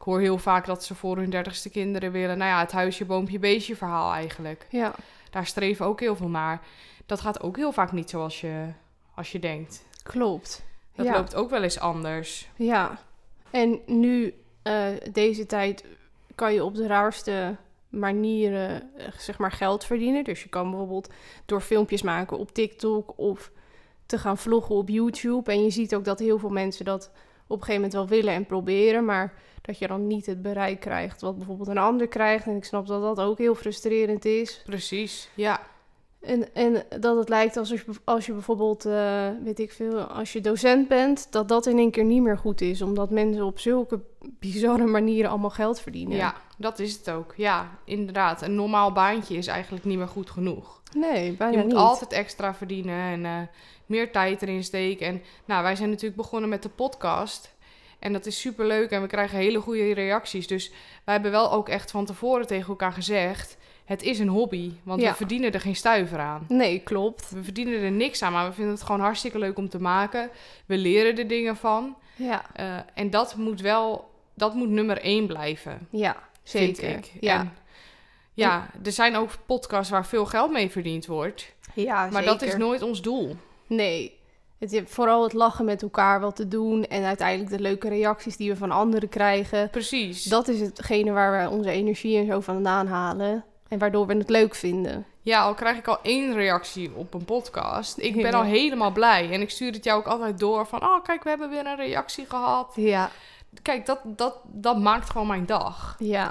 hoor heel vaak dat ze voor hun dertigste kinderen willen. Nou ja, het huisje, boompje, beestje verhaal eigenlijk. Ja, Daar streven ook heel veel naar. Dat gaat ook heel vaak niet zoals je, als je denkt. klopt. Dat ja. loopt ook wel eens anders. Ja, en nu, uh, deze tijd, kan je op de raarste manieren uh, zeg maar geld verdienen. Dus je kan bijvoorbeeld door filmpjes maken op TikTok of te gaan vloggen op YouTube. En je ziet ook dat heel veel mensen dat op een gegeven moment wel willen en proberen, maar dat je dan niet het bereik krijgt wat bijvoorbeeld een ander krijgt. En ik snap dat dat ook heel frustrerend is. Precies, ja. En, en dat het lijkt alsof je, als je bijvoorbeeld, uh, weet ik veel, als je docent bent, dat dat in één keer niet meer goed is. Omdat mensen op zulke bizarre manieren allemaal geld verdienen. Ja, dat is het ook. Ja, inderdaad. Een normaal baantje is eigenlijk niet meer goed genoeg. Nee, bijna Je moet niet. altijd extra verdienen en uh, meer tijd erin steken. En nou, wij zijn natuurlijk begonnen met de podcast. En dat is superleuk en we krijgen hele goede reacties. Dus wij hebben wel ook echt van tevoren tegen elkaar gezegd, het is een hobby, want Ja. we verdienen er geen stuiver aan. Nee, klopt. We verdienen er niks aan, maar we vinden het gewoon hartstikke leuk om te maken. We leren er dingen van. Ja, Uh, en dat moet wel, dat moet nummer één blijven, ja zeker. vind ik. Ja, En, ja, er zijn ook podcasts waar veel geld mee verdiend wordt. ja Maar dat is nooit ons doel. Nee, het is vooral het lachen met elkaar wat te doen en uiteindelijk de leuke reacties die we van anderen krijgen. Precies. Dat is hetgene waar we onze energie en zo vandaan halen en waardoor we het leuk vinden. Ja, al krijg ik al één reactie op een podcast. Ik ben Ja. al helemaal blij. En ik stuur het jou ook altijd door van, oh kijk, we hebben weer een reactie gehad. Ja, Kijk, dat, dat, dat maakt gewoon mijn dag. ja,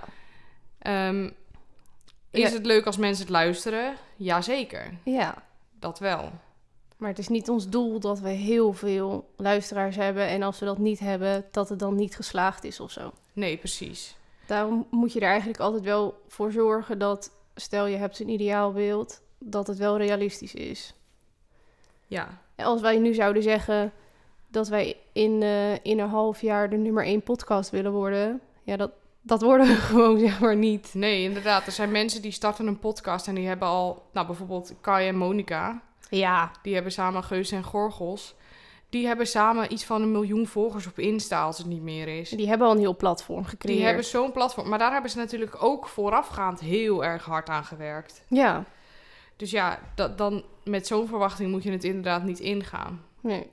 Um, is Ja. het leuk als mensen het luisteren? Jazeker, ja. dat wel. Maar het is niet ons doel dat we heel veel luisteraars hebben en als we dat niet hebben, dat het dan niet geslaagd is of zo. Nee, precies. Daarom moet je er eigenlijk altijd wel voor zorgen dat, stel je hebt een ideaalbeeld, dat het wel realistisch is. Ja, En als wij nu zouden zeggen dat wij in, uh, in een half jaar de nummer één podcast willen worden, ja, dat, dat worden we gewoon zeg maar niet. nee, inderdaad. Er zijn mensen die starten een podcast en die hebben al, nou bijvoorbeeld Kai en Monica, Ja, die hebben samen Geus en Gorgels. Die hebben samen iets van een miljoen volgers op Insta als het niet meer is. die hebben al een heel platform gecreëerd. Die hebben zo'n platform. Maar daar hebben ze natuurlijk ook voorafgaand heel erg hard aan gewerkt. Ja, Dus ja, dat, dan met zo'n verwachting moet je het inderdaad niet ingaan. nee.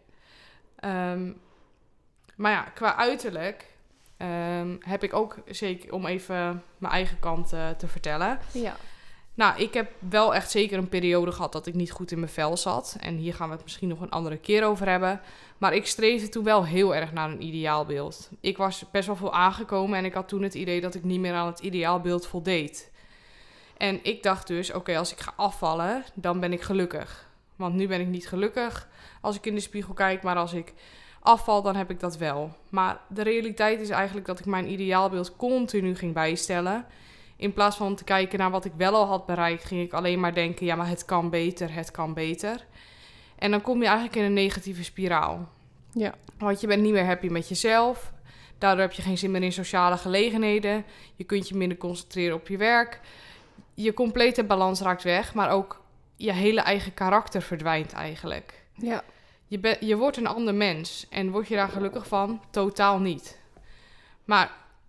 Um, maar ja, qua uiterlijk um, heb ik ook zeker, om even mijn eigen kant uh, te vertellen. Ja, Nou, ik heb wel echt zeker een periode gehad dat ik niet goed in mijn vel zat. En hier gaan we het misschien nog een andere keer over hebben. Maar ik streefde toen wel heel erg naar een ideaalbeeld. Ik was best wel veel aangekomen en ik had toen het idee dat ik niet meer aan het ideaalbeeld voldeed. En ik dacht dus, oké, okay, als ik ga afvallen, dan ben ik gelukkig. Want nu ben ik niet gelukkig als ik in de spiegel kijk, maar als ik afval, dan heb ik dat wel. Maar de realiteit is eigenlijk dat ik mijn ideaalbeeld continu ging bijstellen. In plaats van te kijken naar wat ik wel al had bereikt, ging ik alleen maar denken, ja, maar het kan beter, het kan beter. En dan kom je eigenlijk in een negatieve spiraal. ja, Want je bent niet meer happy met jezelf. Daardoor heb je geen zin meer in sociale gelegenheden. Je kunt je minder concentreren op je werk. Je complete balans raakt weg, maar ook je hele eigen karakter verdwijnt eigenlijk. ja, Je, be- je wordt een ander mens. En word je daar gelukkig van? Totaal niet. Maar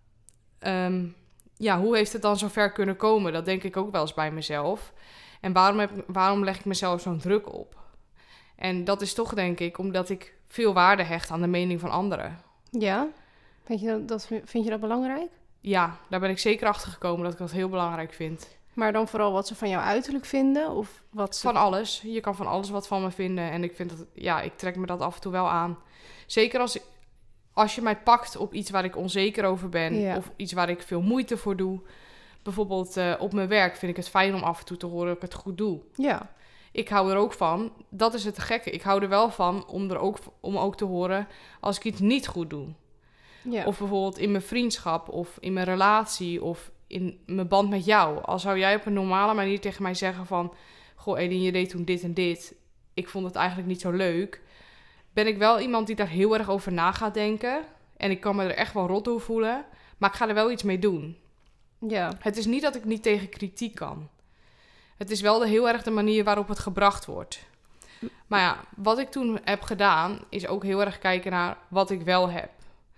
um, ja, hoe heeft het dan zover kunnen komen? Dat denk ik ook wel eens bij mezelf. En waarom, heb, waarom leg ik mezelf zo'n druk op? En dat is toch, denk ik, omdat ik veel waarde hecht aan de mening van anderen. ja. Vind je dat, dat, vind je dat belangrijk? Ja, daar ben ik zeker achter gekomen dat ik dat heel belangrijk vind. Maar dan vooral wat ze van jou uiterlijk vinden? Of wat ze... Van alles. Je kan van alles wat van me vinden. En ik vind dat, ja, ik trek me dat af en toe wel aan. Zeker als, als je mij pakt op iets waar ik onzeker over ben. Ja. Of iets waar ik veel moeite voor doe. Bijvoorbeeld uh, op mijn werk vind ik het fijn om af en toe te horen dat ik het goed doe. Ja, Ik hou er ook van. Dat is het gekke. Ik hou er wel van om, er ook, om ook te horen als ik iets niet goed doe. ja. Of bijvoorbeeld in mijn vriendschap of in mijn relatie of in mijn band met jou. Al zou jij op een normale manier tegen mij zeggen van... Goh, Eline, je deed toen dit en dit. Ik vond het eigenlijk niet zo leuk. Ben ik wel iemand die daar heel erg over na gaat denken. En ik kan me er echt wel rot door voelen. Maar ik ga er wel iets mee doen. ja. Het is niet dat ik niet tegen kritiek kan. Het is wel de, heel erg de manier waarop het gebracht wordt. Maar ja, wat ik toen heb gedaan... is ook heel erg kijken naar wat ik wel heb.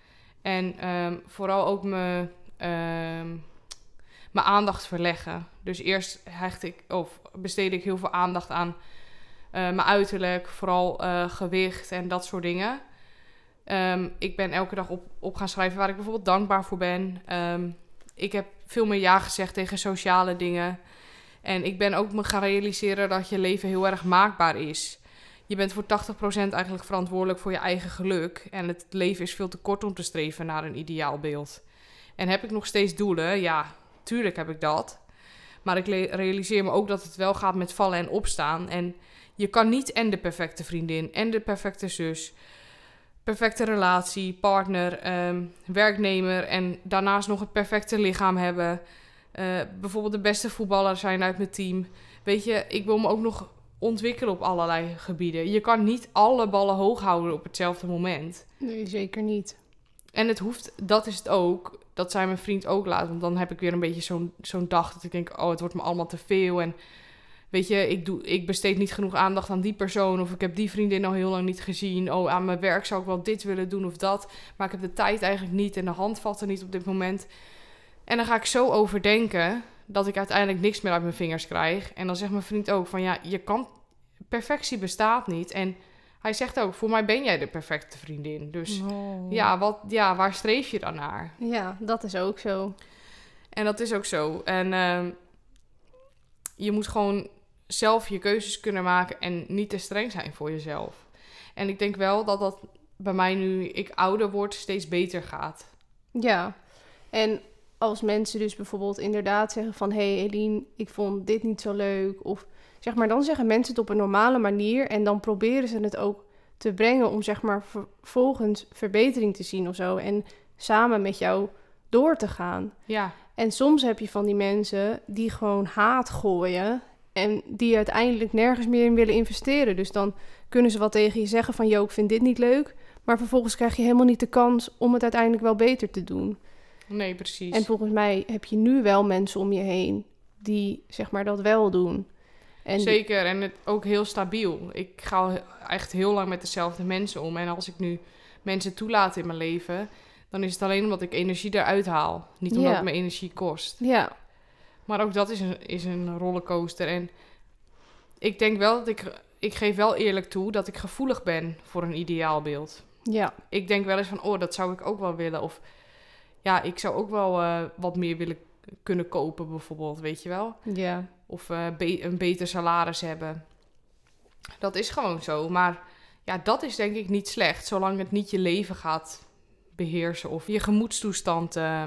En um, vooral ook mijn, um, mijn aandacht verleggen. Dus eerst hecht ik, of besteed ik heel veel aandacht aan uh, mijn uiterlijk, vooral uh, gewicht en dat soort dingen. Um, ik ben elke dag op, op gaan schrijven waar ik bijvoorbeeld dankbaar voor ben. Um, ik heb veel meer ja gezegd tegen sociale dingen. En ik ben ook me gaan realiseren dat je leven heel erg maakbaar is. Je bent voor tachtig procent eigenlijk verantwoordelijk voor je eigen geluk. En het leven is veel te kort om te streven naar een ideaalbeeld. En heb ik nog steeds doelen? Ja, tuurlijk heb ik dat. Maar ik le- realiseer me ook dat het wel gaat met vallen en opstaan. En je kan niet en de perfecte vriendin en de perfecte zus, perfecte relatie, partner, um, werknemer en daarnaast nog het perfecte lichaam hebben. Uh, bijvoorbeeld de beste voetballer zijn uit mijn team. Weet je, ik wil me ook nog ontwikkelen op allerlei gebieden. Je kan niet alle ballen hoog houden op hetzelfde moment. Nee, zeker niet. En het hoeft, dat is het ook. Dat zei mijn vriend ook laat. Want dan heb ik weer een beetje zo'n, zo'n dag dat ik denk, oh, het wordt me allemaal te veel. En weet je, ik, doe, ik besteed niet genoeg aandacht aan die persoon. Of ik heb die vriendin al heel lang niet gezien. Oh, aan mijn werk zou ik wel dit willen doen of dat. Maar ik heb de tijd eigenlijk niet en de handvatten niet op dit moment. En dan ga ik zo overdenken dat ik uiteindelijk niks meer uit mijn vingers krijg. En dan zegt mijn vriend ook van, ja, je kan, perfectie bestaat niet. En hij zegt ook, voor mij ben jij de perfecte vriendin. Dus Oh. ja, wat, ja, waar streef je dan naar? Ja, dat is ook zo. En dat is ook zo. En uh, je moet gewoon zelf je keuzes kunnen maken en niet te streng zijn voor jezelf. En ik denk wel dat dat bij mij nu ik ouder word steeds beter gaat. Ja, en als mensen dus bijvoorbeeld inderdaad zeggen van, hé hey Eline, ik vond dit niet zo leuk. Of zeg maar, dan zeggen mensen het op een normale manier en dan proberen ze het ook te brengen om zeg maar vervolgens verbetering te zien of zo. En samen met jou door te gaan. Ja. En soms heb je van die mensen die gewoon haat gooien en die uiteindelijk nergens meer in willen investeren. Dus dan kunnen ze wat tegen je zeggen van, yo, ik vind dit niet leuk. Maar vervolgens krijg je helemaal niet de kans om het uiteindelijk wel beter te doen. Nee, precies. En volgens mij heb je nu wel mensen om je heen die zeg maar dat wel doen. En Zeker, en het ook heel stabiel. Ik ga echt heel lang met dezelfde mensen om. En als ik nu mensen toelaat in mijn leven, dan is het alleen omdat ik energie eruit haal. Niet omdat Ja. het me energie kost. Ja, Maar ook dat is een, is een rollercoaster. En ik denk wel dat ik... Ik geef wel eerlijk toe dat ik gevoelig ben voor een ideaalbeeld. ja, Ik denk wel eens van, oh, dat zou ik ook wel willen. Of ja, ik zou ook wel uh, wat meer willen kunnen kopen bijvoorbeeld, weet je wel. ja. Of uh, be- een beter salaris hebben. Dat is gewoon zo. Maar ja, dat is denk ik niet slecht. Zolang het niet je leven gaat beheersen of je gemoedstoestand uh,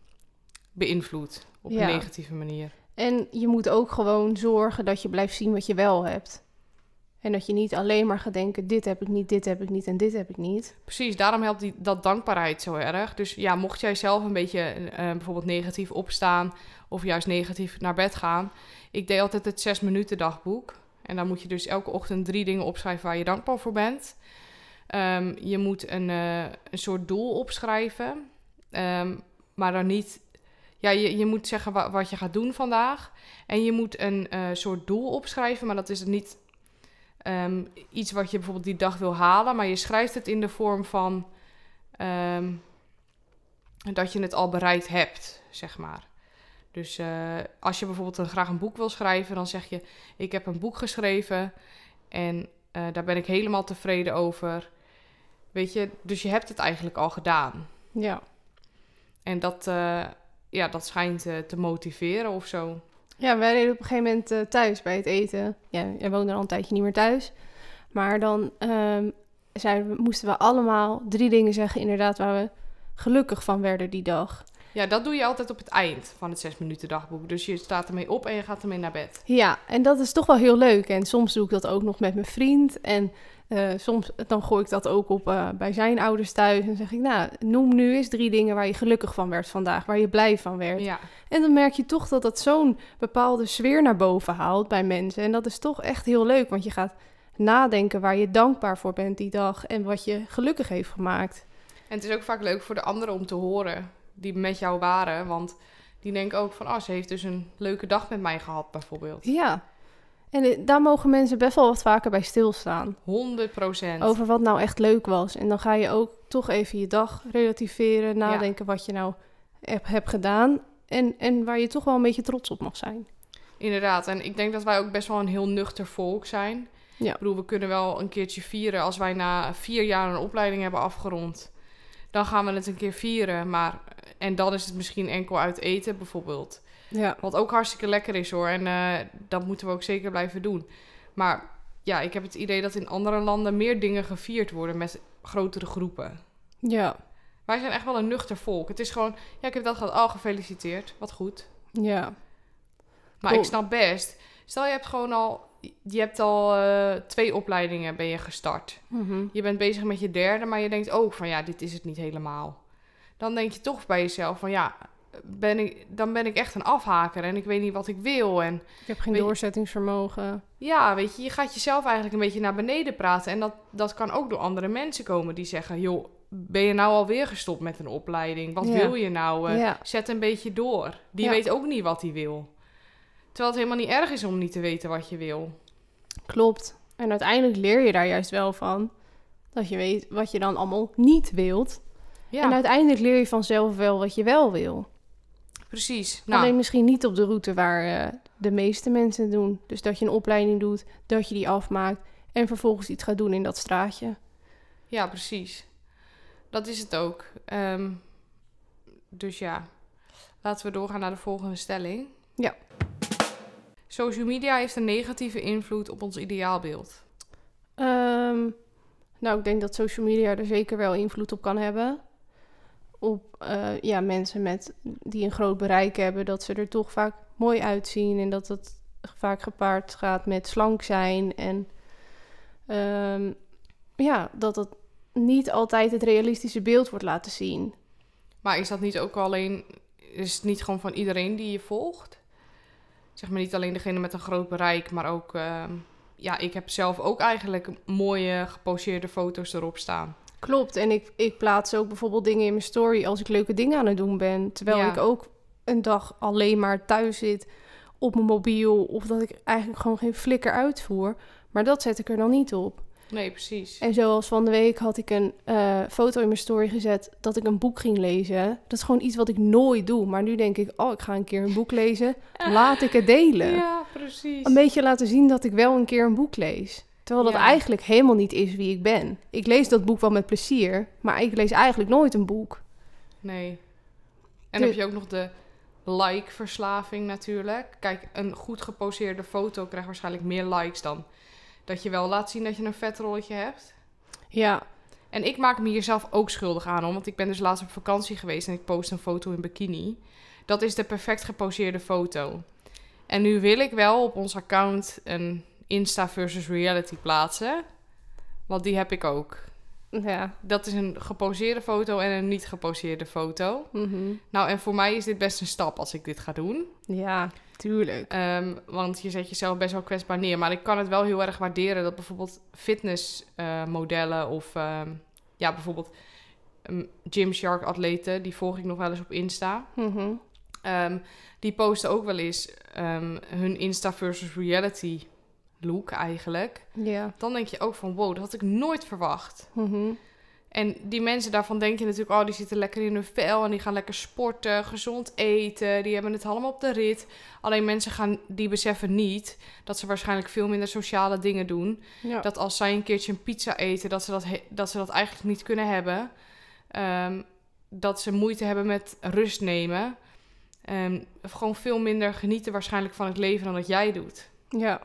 beïnvloedt op Ja. een negatieve manier. En je moet ook gewoon zorgen dat je blijft zien wat je wel hebt. En dat je niet alleen maar gaat denken, dit heb ik niet, dit heb ik niet en dit heb ik niet. Precies, daarom helpt die, dat dankbaarheid zo erg. Dus ja, mocht jij zelf een beetje uh, bijvoorbeeld negatief opstaan of juist negatief naar bed gaan. Ik deed altijd het zes minuten dagboek. En dan moet je dus elke ochtend drie dingen opschrijven waar je dankbaar voor bent. Um, je moet een, uh, een soort doel opschrijven. Um, maar dan niet... Ja, je, je moet zeggen wa- wat je gaat doen vandaag. En je moet een uh, soort doel opschrijven, maar dat is het niet... Um, iets wat je bijvoorbeeld die dag wil halen, maar je schrijft het in de vorm van um, dat je het al bereikt hebt, zeg maar. Dus uh, als je bijvoorbeeld een, graag een boek wil schrijven, dan zeg je, ik heb een boek geschreven en uh, daar ben ik helemaal tevreden over. Weet je, dus je hebt het eigenlijk al gedaan. Ja. En dat, uh, ja, dat schijnt uh, te motiveren of zo. Ja, wij reden op een gegeven moment uh, thuis bij het eten. Ja, jij woonde al een tijdje niet meer thuis. Maar dan um, zijn we, moesten we allemaal drie dingen zeggen, inderdaad, waar we gelukkig van werden die dag. Ja, dat doe je altijd op het eind van het zes minuten dagboek. Dus je staat ermee op en je gaat ermee naar bed. Ja, en dat is toch wel heel leuk. En soms doe ik dat ook nog met mijn vriend. En uh, soms dan gooi ik dat ook op uh, bij zijn ouders thuis. En zeg ik, nou, noem nu eens drie dingen waar je gelukkig van werd vandaag. Waar je blij van werd. Ja. En dan merk je toch dat dat zo'n bepaalde sfeer naar boven haalt bij mensen. En dat is toch echt heel leuk. Want je gaat nadenken waar je dankbaar voor bent die dag. En wat je gelukkig heeft gemaakt. En het is ook vaak leuk voor de anderen om te horen die met jou waren. Want die denken ook van, oh, ze heeft dus een leuke dag met mij gehad bijvoorbeeld. Ja, En eh, daar mogen mensen best wel wat vaker bij stilstaan. honderd procent. Over wat nou echt leuk was. En dan ga je ook toch even je dag relativeren. Nadenken wat je nou hebt heb gedaan. En, en waar je toch wel een beetje trots op mag zijn. Inderdaad. En ik denk dat wij ook best wel een heel nuchter volk zijn. Ja. Ik bedoel, we kunnen wel een keertje vieren. Als wij na vier jaar een opleiding hebben afgerond, dan gaan we het een keer vieren. Maar, en dan is het misschien enkel uit eten bijvoorbeeld. Ja. Wat ook hartstikke lekker is hoor. En uh, dat moeten we ook zeker blijven doen. Maar ja, ik heb het idee dat in andere landen meer dingen gevierd worden met grotere groepen. Ja. Wij zijn echt wel een nuchter volk. Het is gewoon, ja, ik heb dat gehad. Oh, gefeliciteerd. Wat goed. Ja. Maar Cool. ik snap best. Stel, je hebt gewoon al, je hebt al uh, twee opleidingen ben je gestart. Mm-hmm. Je bent bezig met je derde, maar je denkt ook van ja, dit is het niet helemaal. Dan denk je toch bij jezelf van ja, ben ik, dan ben ik echt een afhaker en ik weet niet wat ik wil. En Ik heb geen Weet je- doorzettingsvermogen. ja, weet je, je gaat jezelf eigenlijk een beetje naar beneden praten. En dat, dat kan ook door andere mensen komen die zeggen, joh, ben je nou alweer gestopt met een opleiding? Wat Ja. wil je nou? Uh, Ja. Zet een beetje door. Die Ja. weet ook niet wat hij wil. Terwijl het helemaal niet erg is om niet te weten wat je wil. Klopt. En uiteindelijk leer je daar juist wel van. Dat je weet wat je dan allemaal niet wilt. Ja, En uiteindelijk leer je vanzelf wel wat je wel wil. precies. Nou, Alleen misschien niet op de route waar uh, de meeste mensen het doen. Dus dat je een opleiding doet, dat je die afmaakt en vervolgens iets gaat doen in dat straatje. ja, precies. Dat is het ook. Ehm, dus ja, laten we doorgaan naar de volgende stelling. Ja. Social media heeft een negatieve invloed op ons ideaalbeeld. Um, nou, ik denk dat social media er zeker wel invloed op kan hebben. Op uh, ja, mensen met, die een groot bereik hebben, dat ze er toch vaak mooi uitzien. En dat het vaak gepaard gaat met slank zijn. En um, ja, dat het niet altijd het realistische beeld wordt laten zien. Maar is dat niet ook alleen, is het niet gewoon van iedereen die je volgt? Zeg maar niet alleen degene met een groot bereik, maar ook, uh, ja, ik heb zelf ook eigenlijk mooie geposeerde foto's erop staan. Klopt, en ik, ik plaats ook bijvoorbeeld dingen in mijn story als ik leuke dingen aan het doen ben. Terwijl Ja. ik ook een dag alleen maar thuis zit op mijn mobiel. Of dat ik eigenlijk gewoon geen flikker uitvoer. Maar dat zet ik er dan niet op. Nee, precies. En zoals van de week had ik een uh, foto in mijn story gezet dat ik een boek ging lezen. Dat is gewoon iets wat ik nooit doe. Maar nu denk ik, oh, ik ga een keer een boek lezen. Laat ik het delen. Ja, precies. Een beetje laten zien dat ik wel een keer een boek lees. Terwijl dat Ja. eigenlijk helemaal niet is wie ik ben. Ik lees dat boek wel met plezier, maar ik lees eigenlijk nooit een boek. Nee. En De- dan heb je ook nog de like-verslaving natuurlijk. Kijk, een goed geposeerde foto krijgt waarschijnlijk meer likes dan dat je wel laat zien dat je een vet rolletje hebt. Ja, En ik maak me hier zelf ook schuldig aan, hoor, want ik ben dus laatst op vakantie geweest en ik post een foto in bikini. Dat is de perfect geposeerde foto. En nu wil ik wel op ons account een Insta versus reality plaatsen, want die heb ik ook. ja. Dat is een geposeerde foto en een niet geposeerde foto. Mhm. Nou, en voor mij is dit best een stap als ik dit ga doen. Ja, tuurlijk. Um, want je zet jezelf best wel kwetsbaar neer. Maar ik kan het wel heel erg waarderen dat bijvoorbeeld fitnessmodellen uh, of um, ja, bijvoorbeeld um, Gymshark-atleten, die volg ik nog wel eens op Insta. Mhm. Um, die posten ook wel eens um, hun Insta versus reality look eigenlijk. Ja. Dan denk je ook van wow, dat had ik nooit verwacht. Mhm. En die mensen, daarvan denk je natuurlijk, oh, die zitten lekker in hun vel en die gaan lekker sporten, gezond eten, die hebben het allemaal op de rit. Alleen mensen gaan, die beseffen niet dat ze waarschijnlijk veel minder sociale dingen doen. Ja. Dat als zij een keertje een pizza eten, dat ze dat, he- dat, ze dat eigenlijk niet kunnen hebben. Um, dat ze moeite hebben met rust nemen. Um, gewoon veel minder genieten waarschijnlijk van het leven dan dat jij doet. Ja.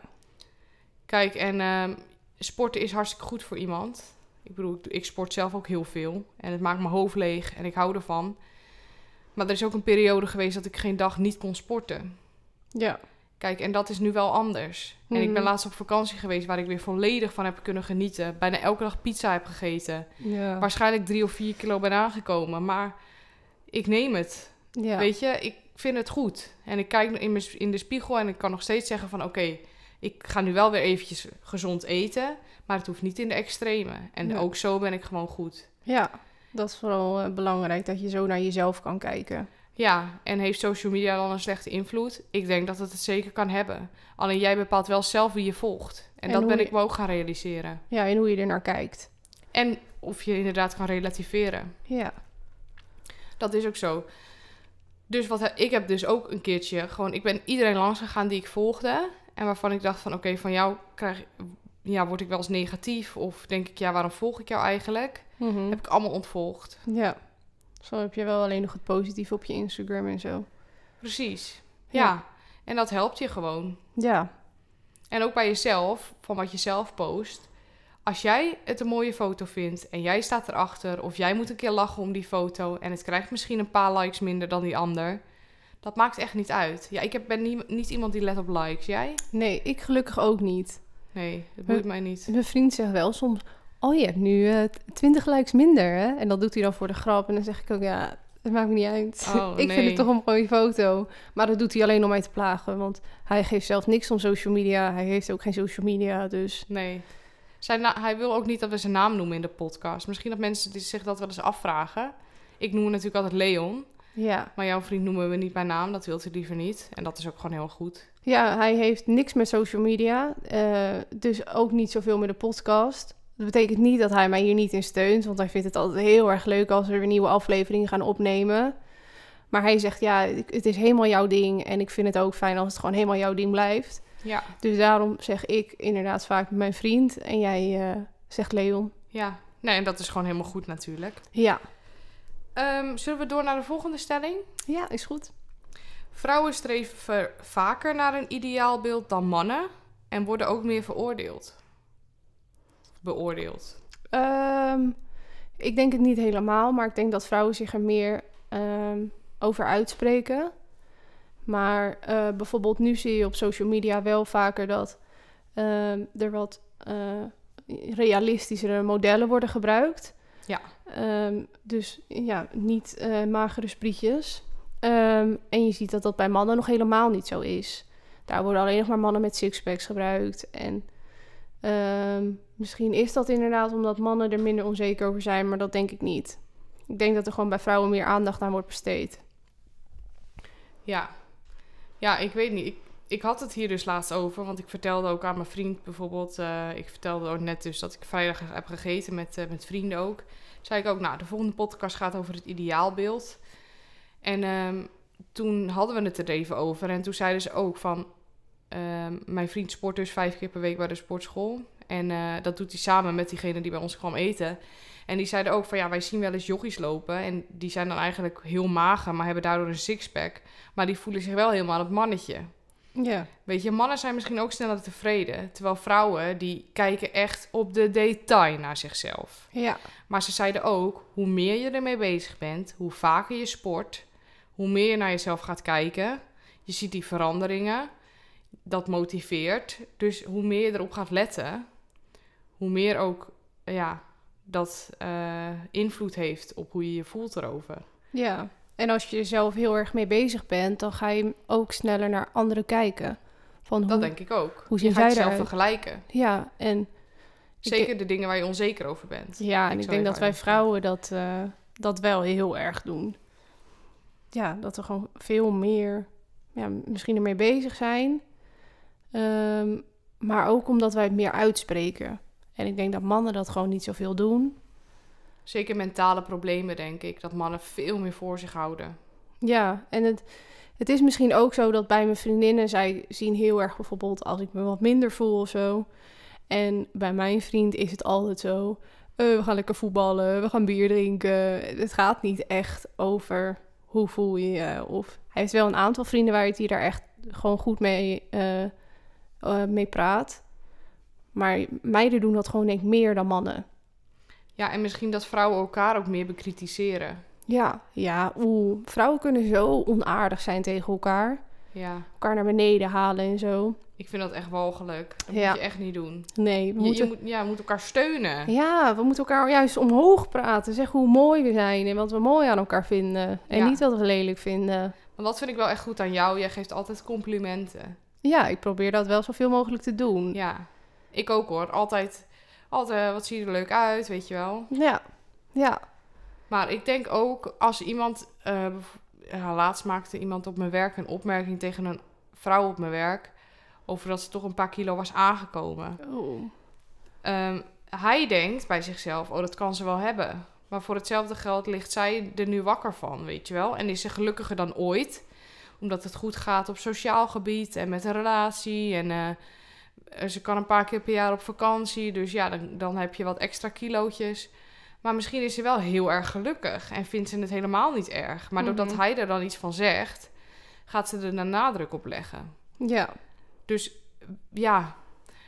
Kijk, en um, sporten is hartstikke goed voor iemand. Ik bedoel, ik- ik sport zelf ook heel veel. En het maakt mijn hoofd leeg en ik hou ervan. Maar er is ook een periode geweest dat ik geen dag niet kon sporten. Ja. Kijk, en dat is nu wel anders. En ik ben Mhm. laatst op vakantie geweest waar ik weer volledig van heb kunnen genieten. Bijna elke dag pizza heb gegeten. Ja. Waarschijnlijk drie of vier kilo ben aangekomen. Maar ik neem het. Ja. Weet je, ik vind het goed. En ik kijk in, mijn, in de spiegel en ik kan nog steeds zeggen van... oké, okay, ik ga nu wel weer eventjes gezond eten... maar het hoeft niet in de extreme. En Ja. ook zo ben ik gewoon goed. Ja. Dat is vooral uh, belangrijk, dat je zo naar jezelf kan kijken. Ja, en heeft social media dan een slechte invloed? Ik denk dat het het zeker kan hebben. Alleen jij bepaalt wel zelf wie je volgt. En, En dat hoe ben je- ik me ook gaan realiseren. Ja, en hoe je er naar kijkt. En of je inderdaad kan relativeren. Ja. Dat is ook zo. Dus wat he- ik heb dus ook een keertje gewoon... Ik ben iedereen langs gegaan die ik volgde. En waarvan ik dacht van... Oké, van jou krijg, ja, word ik wel eens negatief. Of denk ik, ja, waarom volg ik jou eigenlijk? Mhm. Heb ik allemaal ontvolgd. Ja. Zo heb je wel alleen nog het positieve op je Instagram en zo. Precies. Ja. Ja. En dat helpt je gewoon. Ja. En ook bij jezelf, van wat je zelf post. Als jij het een mooie foto vindt en jij staat erachter... of jij moet een keer lachen om die foto... en het krijgt misschien een paar likes minder dan die ander... dat maakt echt niet uit. Ja, ik heb, ben niet, niet iemand die let op likes. Jij? Nee, ik gelukkig ook niet. Nee, dat boeit Huh? mij niet. Mijn vriend zegt wel soms... Oh, je hebt nu eh, twintig likes minder, hè? En dat doet hij dan voor de grap. En dan zeg ik ook, ja, het maakt me niet uit. Oh, ik nee. vind het toch een mooie foto. Maar dat doet hij alleen om mij te plagen. Want hij geeft zelf niks om social media. Hij heeft ook geen social media, dus... Nee. Zijn na- hij wil ook niet dat we zijn naam noemen in de podcast. Misschien dat mensen die zich dat wel eens afvragen. Ik noem hem natuurlijk altijd Leon. Ja. Maar jouw vriend noemen we niet bij naam. Dat wil hij liever niet. En dat is ook gewoon heel goed. Ja, hij heeft niks met social media. eh, dus ook niet zoveel met de podcast. Dat betekent niet dat hij mij hier niet in steunt. Want hij vindt het altijd heel erg leuk als we weer nieuwe afleveringen gaan opnemen. Maar hij zegt, ja, ik- het is helemaal jouw ding. En ik vind het ook fijn als het gewoon helemaal jouw ding blijft. Ja, Dus daarom zeg ik inderdaad vaak met mijn vriend. En jij eh, zegt Leon. ja. Nee, en dat is gewoon helemaal goed natuurlijk. Ja. Ehm, zullen we door naar de volgende stelling? Ja, is goed. Vrouwen streven vaker naar een ideaalbeeld dan mannen. En worden ook meer veroordeeld. Beoordeeld. Ehm, ik denk het niet helemaal, maar ik denk dat vrouwen zich er meer ehm, over uitspreken. Maar eh, bijvoorbeeld nu zie je op social media wel vaker dat ehm, er wat eh, realistischere modellen worden gebruikt. Ja. Ehm, dus ja, niet eh, magere sprietjes. Ehm, en je ziet dat dat bij mannen nog helemaal niet zo is. Daar worden alleen nog maar mannen met sixpacks gebruikt. En ehm, misschien is dat inderdaad omdat mannen er minder onzeker over zijn, maar dat denk ik niet. Ik denk dat er gewoon bij vrouwen meer aandacht aan wordt besteed. Ja. Ja, ik weet niet. Ik, ik had het hier dus laatst over. Want ik vertelde ook aan mijn vriend bijvoorbeeld. eh, ik vertelde ook net dus dat ik vrijdag heb gegeten met, uh, met vrienden ook. Zei ik ook, nou, de volgende podcast gaat over het ideaalbeeld. En um, toen hadden we het er even over. En toen zeiden ze ook van... Um, mijn vriend sport dus vijf keer per week bij de sportschool. En uh, dat doet hij samen met diegene die bij ons kwam eten. En die zeiden ook van, ja, wij zien wel eens jochies lopen. En die zijn dan eigenlijk heel mager, maar hebben daardoor een sixpack. Maar die voelen zich wel helemaal het mannetje. Ja. Weet je, mannen zijn misschien ook sneller tevreden. Terwijl vrouwen, die kijken echt op de detail naar zichzelf. Ja. Maar ze zeiden ook, hoe meer je ermee bezig bent, hoe vaker je sport, hoe meer je naar jezelf gaat kijken. Je ziet die veranderingen. Dat motiveert. Dus hoe meer je erop gaat letten, hoe meer ook ja, dat uh, invloed heeft op hoe je je voelt erover. Ja. En als je er zelf heel erg mee bezig bent, dan ga je ook sneller naar anderen kijken. Van hoe, Dat denk ik ook. Hoe je zien gaat zij jezelf eruit? vergelijken. Ja, en... Zeker ik, de dingen waar je onzeker over bent. Ja, en ik ik zou denk je dat wij even- vrouwen dat, uh, dat wel heel erg doen. Ja, dat we gewoon veel meer ja, misschien ermee bezig zijn. Um, maar ook omdat wij het meer uitspreken. En ik denk dat mannen dat gewoon niet zoveel doen. Zeker mentale problemen, denk ik. Dat mannen veel meer voor zich houden. Ja, en het, het is misschien ook zo dat bij mijn vriendinnen... zij zien heel erg bijvoorbeeld als ik me wat minder voel of zo. En bij mijn vriend is het altijd zo... Uh, we gaan lekker voetballen, we gaan bier drinken. Het gaat niet echt over hoe voel je je. Of hij heeft wel een aantal vrienden waar hij daar echt gewoon goed mee, uh, uh, mee praat. Maar meiden doen dat gewoon denk ik meer dan mannen. Ja, en misschien dat vrouwen elkaar ook meer bekritiseren. Ja, ja, oeh. Vrouwen kunnen zo onaardig zijn tegen elkaar. Ja, Elkaar naar beneden halen en zo. ik vind dat echt walgelijk. Dat Ja. moet je echt niet doen. Nee, we Je, moeten... je moet, ja, je moet elkaar steunen. Ja, we moeten elkaar juist omhoog praten. Zeggen hoe mooi we zijn en wat we mooi aan elkaar vinden. En Ja. niet wat we lelijk vinden. Want dat vind ik wel echt goed aan jou. Jij geeft altijd complimenten. Ja, ik probeer dat wel zoveel mogelijk te doen. Ja, ik ook hoor. Altijd, altijd wat zie je er leuk uit, weet je wel. Ja, ja. Maar ik denk ook, als iemand... Uh, ja, laatst maakte iemand op mijn werk een opmerking tegen een vrouw op mijn werk over dat ze toch een paar kilo was aangekomen. Oh. Um, hij denkt bij zichzelf, oh, dat kan ze wel hebben. Maar voor hetzelfde geld ligt zij er nu wakker van, weet je wel. En is ze gelukkiger dan ooit. Omdat het goed gaat op sociaal gebied en met een relatie. En uh, ze kan een paar keer per jaar op vakantie. Dus ja, dan, dan heb je wat extra kilootjes. Maar misschien is ze wel heel erg gelukkig. En vindt ze het helemaal niet erg. Maar doordat Mhm. hij er dan iets van zegt, gaat ze er een nadruk op leggen. Ja. Dus ja,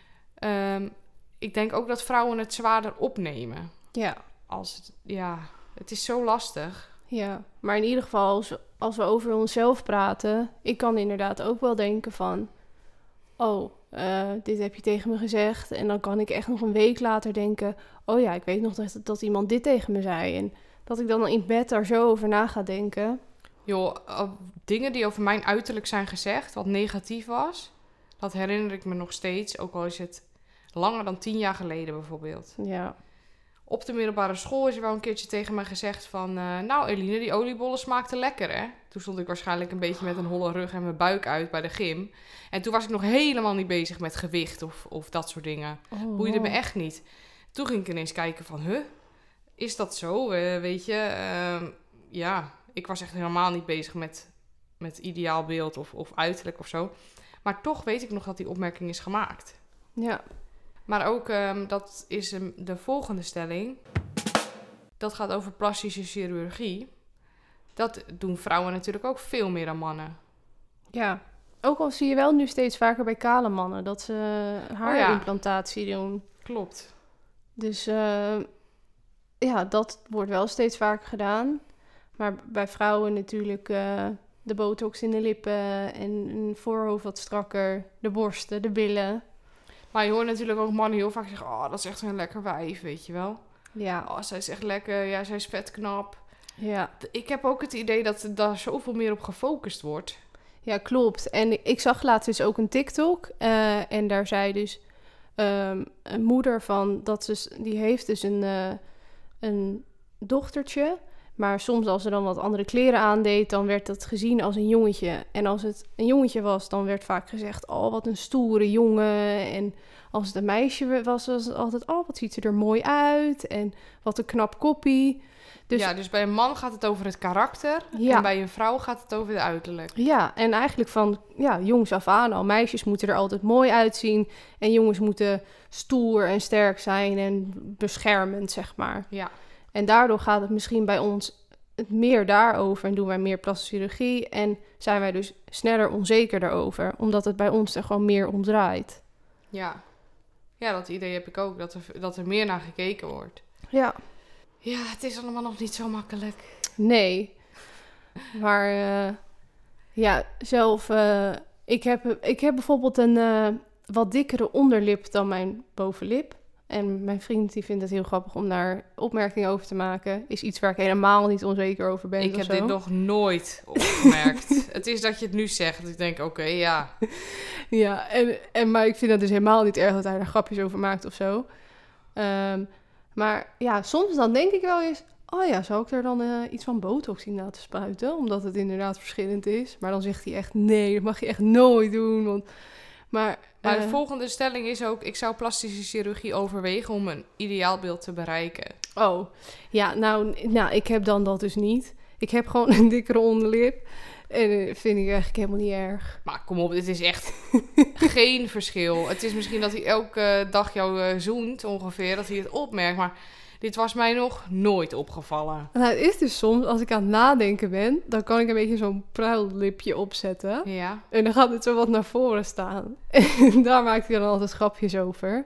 um, ik denk ook dat vrouwen het zwaarder opnemen. Ja. Als het, ja, het is zo lastig. Ja, maar in ieder geval, als we, als we over onszelf praten, ik kan inderdaad ook wel denken van, oh, uh, dit heb je tegen me gezegd. En dan kan ik echt nog een week later denken, oh ja, ik weet nog dat, dat iemand dit tegen me zei. En dat ik dan in bed daar zo over na ga denken. Joh, uh, dingen die over mijn uiterlijk zijn gezegd, wat negatief was, dat herinner ik me nog steeds. Ook al is het langer dan tien jaar geleden bijvoorbeeld. Ja. Op de middelbare school is er wel een keertje tegen me gezegd van... Uh, nou, Eline, die oliebollen smaakten lekker, hè? Toen stond ik waarschijnlijk een beetje met een holle rug en mijn buik uit bij de gym. En toen was ik nog helemaal niet bezig met gewicht of, of dat soort dingen. Oh, Boeide me wow. echt niet. Toen ging ik ineens kijken van, huh? Is dat zo? Uh, weet je, uh, ja, ik was echt helemaal niet bezig met, met ideaalbeeld of, of uiterlijk of zo. Maar toch weet ik nog dat die opmerking is gemaakt. Ja. Maar ook, um, dat is um, de volgende stelling. Dat gaat over plastische chirurgie. Dat doen vrouwen natuurlijk ook veel meer dan mannen. Ja. Ook al zie je wel nu steeds vaker bij kale mannen dat ze haarimplantatie Oh ja. doen. Klopt. Dus uh, ja, dat wordt wel steeds vaker gedaan. Maar bij vrouwen natuurlijk uh, de botox in de lippen en een voorhoofd wat strakker, de borsten, de billen. Maar je hoort natuurlijk ook mannen heel vaak zeggen... oh, dat is echt een lekker wijf, weet je wel. Ja. Oh, zij is echt lekker. Ja, zij is vet knap. Ja. Ik heb ook het idee dat er daar zoveel meer op gefocust wordt. Ja, klopt. En ik zag laatst dus ook een TikTok. Uh, en daar zei dus um, een moeder van... dat ze, die heeft dus een, uh, een dochtertje... Maar soms als ze dan wat andere kleren aandeed... dan werd dat gezien als een jongetje. En als het een jongetje was, dan werd vaak gezegd... oh, wat een stoere jongen. En als het een meisje was, was het altijd... oh, wat ziet ze er mooi uit. En wat een knap koppie. Dus, ja, dus bij een man gaat het over het karakter. Ja. En bij een vrouw gaat het over het uiterlijk. Ja, en eigenlijk van ja, jongs af aan al. Meisjes moeten er altijd mooi uitzien. En jongens moeten stoer en sterk zijn en beschermend, zeg maar. Ja. En daardoor gaat het misschien bij ons het meer daarover en doen wij meer plastische chirurgie. En zijn wij dus sneller onzeker daarover, omdat het bij ons er gewoon meer om draait. Ja, ja, dat idee heb ik ook, dat er, dat er meer naar gekeken wordt. Ja. Ja, het is allemaal nog niet zo makkelijk. Nee. Maar uh, ja, zelf, uh, ik, heb, ik heb bijvoorbeeld een uh, wat dikkere onderlip dan mijn bovenlip. En mijn vriend die vindt het heel grappig om daar opmerkingen over te maken. Is iets waar ik helemaal niet onzeker over ben. Ik heb zo. dit nog nooit opgemerkt. Het is dat je het nu zegt. Dat ik denk, oké, okay, ja. Ja, en, en, maar ik vind het dus helemaal niet erg dat hij er grapjes over maakt of zo. Um, maar ja, soms dan denk ik wel eens... oh ja, zou ik er dan uh, iets van botox in laten spuiten? Omdat het inderdaad verschillend is. Maar dan zegt hij echt, nee, dat mag je echt nooit doen. Want, maar... Maar de uh, volgende stelling is ook... ik zou plastische chirurgie overwegen om een ideaalbeeld te bereiken. Oh, ja, nou, nou, ik heb dan dat dus niet. Ik heb gewoon een dikkere onderlip. En dat vind ik eigenlijk helemaal niet erg. Maar kom op, dit is echt geen verschil. Het is misschien dat hij elke dag jou uh, zoent ongeveer, dat hij het opmerkt. Maar dit was mij nog nooit opgevallen. Nou, het is dus soms, als ik aan het nadenken ben... dan kan ik een beetje zo'n pruillipje opzetten. Ja. En dan gaat het zo wat naar voren staan. En daar maakt hij dan altijd grapjes over.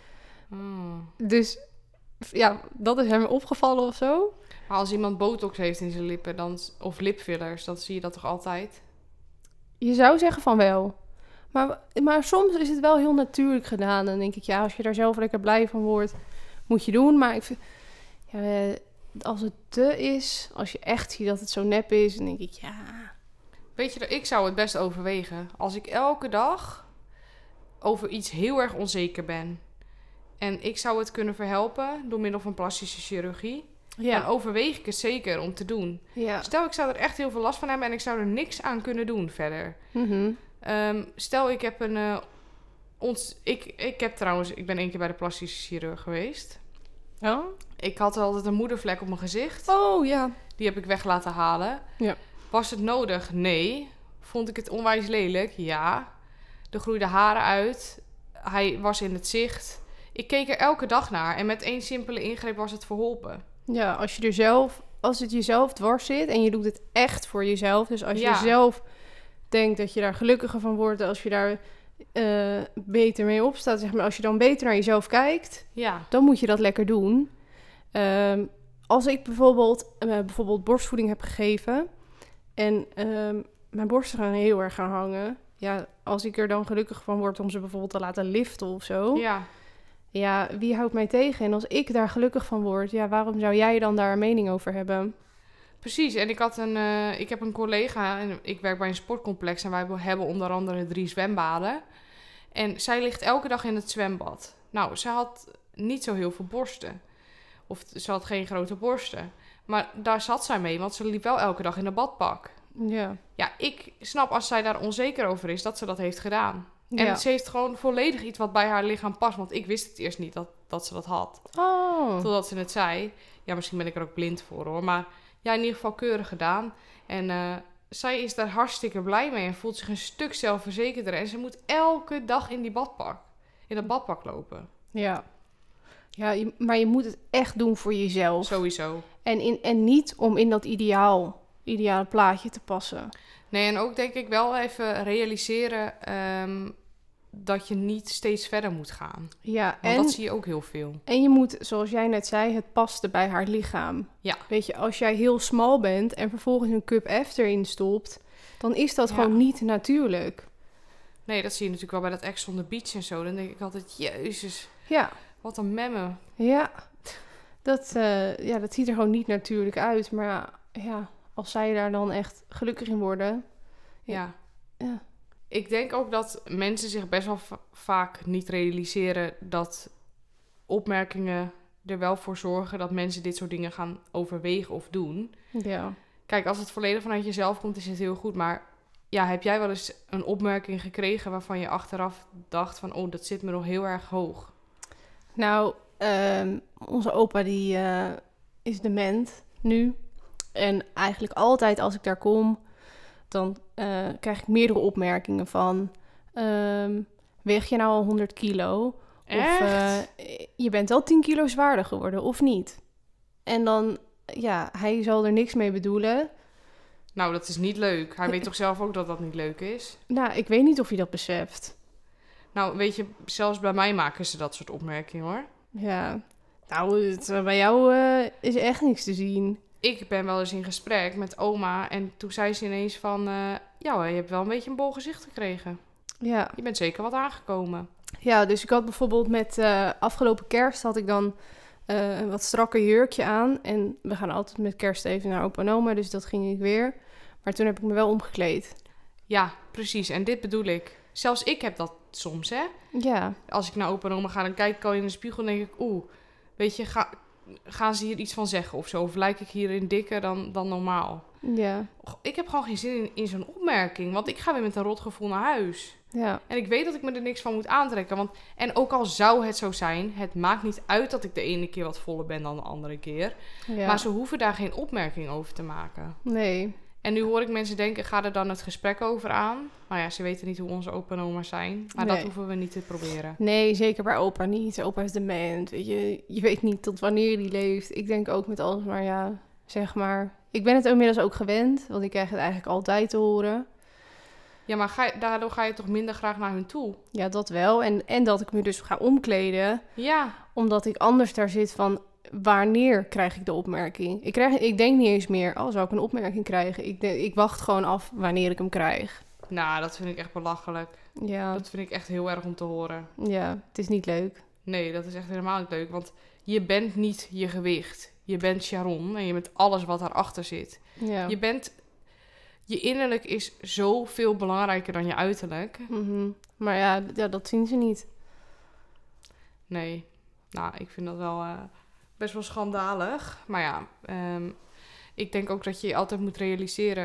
Hmm. Dus ja, dat is hem opgevallen of zo. Maar als iemand botox heeft in zijn lippen, dan, of lipfillers, dan zie je dat toch altijd? Je zou zeggen van wel. Maar, maar soms is het wel heel natuurlijk gedaan. Dan denk ik, ja, als je daar zelf lekker blij van wordt, moet je doen. Maar ik vind, ja, als het te is, als je echt ziet dat het zo nep is, dan denk ik, ja... Weet je, ik zou het best overwegen. Als ik elke dag over iets heel erg onzeker ben... en ik zou het kunnen verhelpen door middel van plastische chirurgie... Ja. dan overweeg ik het zeker om te doen. Ja. Stel, ik zou er echt heel veel last van hebben en ik zou er niks aan kunnen doen verder. Mhm. Um, stel, ik heb een... Uh, ons, ik, ik heb trouwens... Ik ben één keer bij de plastische chirurg geweest. Oh? Ik had altijd een moedervlek op mijn gezicht. Oh, ja. Die heb ik weg laten halen. Ja. Was het nodig? Nee. Vond ik het onwijs lelijk? Ja. Er groeiden haren uit. Hij was in het zicht. Ik keek er elke dag naar. En met één simpele ingreep was het verholpen. Ja, als je er zelf... Als het jezelf dwars zit en je doet het echt voor jezelf. Dus als je Ja. zelf denkt dat je daar gelukkiger van wordt... Als je daar uh, beter mee opstaat, zeg maar. Als je dan beter naar jezelf kijkt... Ja. Dan moet je dat lekker doen. Um, als ik bijvoorbeeld, uh, bijvoorbeeld borstvoeding heb gegeven... en um, mijn borsten gaan heel erg gaan hangen... ja, als ik er dan gelukkig van word om ze bijvoorbeeld te laten liften of zo... Ja. Ja, wie houdt mij tegen? En als ik daar gelukkig van word... ja, waarom zou jij dan daar een mening over hebben? Precies, en ik, had een, uh, ik heb een collega... en ik werk bij een sportcomplex... en wij hebben onder andere drie zwembaden. En zij ligt elke dag in het zwembad. Nou, ze had niet zo heel veel borsten... Of ze had geen grote borsten. Maar daar zat zij mee, want ze liep wel elke dag in een badpak. Ja. Ja, ik snap als zij daar onzeker over is, dat ze dat heeft gedaan. En Ja. ze heeft gewoon volledig iets wat bij haar lichaam past. Want ik wist het eerst niet dat, dat ze dat had. Oh. Totdat ze het zei. Ja, misschien ben ik er ook blind voor hoor. Maar ja, in ieder geval keurig gedaan. En uh, zij is daar hartstikke blij mee en voelt zich een stuk zelfverzekerder. En ze moet elke dag in die badpak, in dat badpak lopen. Ja. Ja, je, maar je moet het echt doen voor jezelf. Sowieso. En, in, en niet om in dat ideaal, ideale plaatje te passen. Nee, en ook denk ik wel even realiseren um, dat je niet steeds verder moet gaan. Ja, Want en, dat zie je ook heel veel. En je moet, zoals jij net zei, het paste bij haar lichaam. Ja. Weet je, als jij heel smal bent en vervolgens een cup F erin stopt, dan is dat Ja. gewoon niet natuurlijk. Nee, dat zie je natuurlijk wel bij dat Ex on the Beach en zo. Dan denk ik altijd, jezus, Ja. wat een memme. Ja. Dat, uh, ja, dat ziet er gewoon niet natuurlijk uit. Maar ja, ja, als zij daar dan echt gelukkig in worden. Ja. Ja. Ik denk ook dat mensen zich best wel va- vaak niet realiseren dat opmerkingen er wel voor zorgen dat mensen dit soort dingen gaan overwegen of doen. Ja. Kijk, als het volledig vanuit jezelf komt, is het heel goed. Maar ja, heb jij wel eens een opmerking gekregen waarvan je achteraf dacht van, oh, dat zit me nog heel erg hoog? Nou, um, onze opa die uh, is dement nu. En eigenlijk altijd als ik daar kom, dan uh, krijg ik meerdere opmerkingen van... Um, weeg je nou al honderd kilo? Echt? Of uh, je bent al tien kilo zwaarder geworden, of niet? En dan, ja, hij zal er niks mee bedoelen. Nou, dat is niet leuk. Hij weet toch zelf ook dat dat niet leuk is? Nou, ik weet niet of hij dat beseft. Nou, weet je, zelfs bij mij maken ze dat soort opmerkingen, hoor. Ja, nou, het, bij jou uh, is echt niks te zien. Ik ben wel eens in gesprek met oma en toen zei ze ineens van... Uh, ja, je hebt wel een beetje een bol gezicht gekregen. Ja. Je bent zeker wat aangekomen. Ja, dus ik had bijvoorbeeld met uh, afgelopen kerst had ik dan uh, een wat strakker jurkje aan. En we gaan altijd met kerst even naar opa en oma, dus dat ging ik weer. Maar toen heb ik me wel omgekleed. Ja, precies. En dit bedoel ik. Zelfs ik heb dat soms, hè. Ja. Als ik naar opa en oma ga, dan kijk ik al in de spiegel en denk ik... Oeh, weet je, ga, gaan ze hier iets van zeggen of zo? Of lijk ik hierin dikker dan, dan normaal? Ja. Ik heb gewoon geen zin in, in zo'n opmerking. Want ik ga weer met een rotgevoel naar huis. Ja. En ik weet dat ik me er niks van moet aantrekken. Want, en ook al zou het zo zijn... Het maakt niet uit dat ik de ene keer wat voller ben dan de andere keer. Ja. Maar ze hoeven daar geen opmerking over te maken. Nee. En nu hoor ik mensen denken, ga er dan het gesprek over aan? Nou ja, ze weten niet hoe onze opa en oma zijn. Maar Nee. dat hoeven we niet te proberen. Nee, zeker bij opa niet. Opa is dement. Weet je, je weet niet tot wanneer hij leeft. Ik denk ook met alles, maar ja, zeg maar. Ik ben het inmiddels ook gewend, want ik krijg het eigenlijk altijd te horen. Ja, maar ga je, daardoor ga je toch minder graag naar hun toe? Ja, dat wel. En, en dat ik me dus ga omkleden, Ja. omdat ik anders daar zit van... Wanneer krijg ik de opmerking? Ik, krijg, ik denk niet eens meer, oh, zou ik een opmerking krijgen? Ik, denk, ik wacht gewoon af wanneer ik hem krijg. Nou, dat vind ik echt belachelijk. Ja, Dat vind ik echt heel erg om te horen. ja, het is niet leuk. Nee, dat is echt helemaal niet leuk. Want je bent niet je gewicht. Je bent Sharon en je bent alles wat daarachter zit. Ja. Je bent... Je innerlijk is zoveel belangrijker dan je uiterlijk. Mm-hmm. Maar ja, d- ja, dat zien ze niet. Nee. Nou, ik vind dat wel... Uh, best wel schandalig. Maar ja, um, ik denk ook dat je je altijd moet realiseren...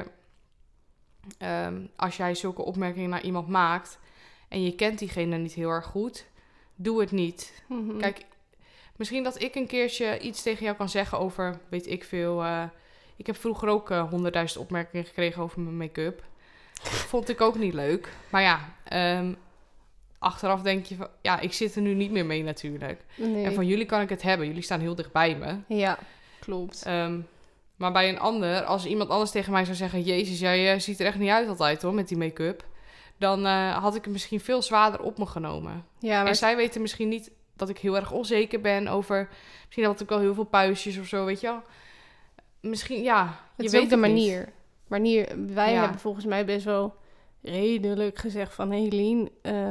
Um, als jij zulke opmerkingen naar iemand maakt... en je kent diegene niet heel erg goed... doe het niet. Mm-hmm. Kijk, misschien dat ik een keertje iets tegen jou kan zeggen over... weet ik veel... Uh, ik heb vroeger ook honderdduizend uh, opmerkingen gekregen over mijn make-up. Vond ik ook niet leuk. Maar ja... Um, achteraf denk je van... ja, ik zit er nu niet meer mee natuurlijk. Nee. En van jullie kan ik het hebben. Jullie staan heel dicht bij me. Ja, klopt. Um, maar bij een ander... als iemand anders tegen mij zou zeggen... Jezus, jij uh, ziet er echt niet uit altijd hoor... met die make-up. Dan uh, had ik het misschien veel zwaarder op me genomen. Ja, maar... En zij weten misschien niet... dat ik heel erg onzeker ben over... misschien had ik al heel veel puistjes of zo, weet je wel. Misschien, ja... Het je is weet ook de het manier. niet. manier. Wij Ja. hebben volgens mij best wel redelijk gezegd van... Hé, Lien, uh,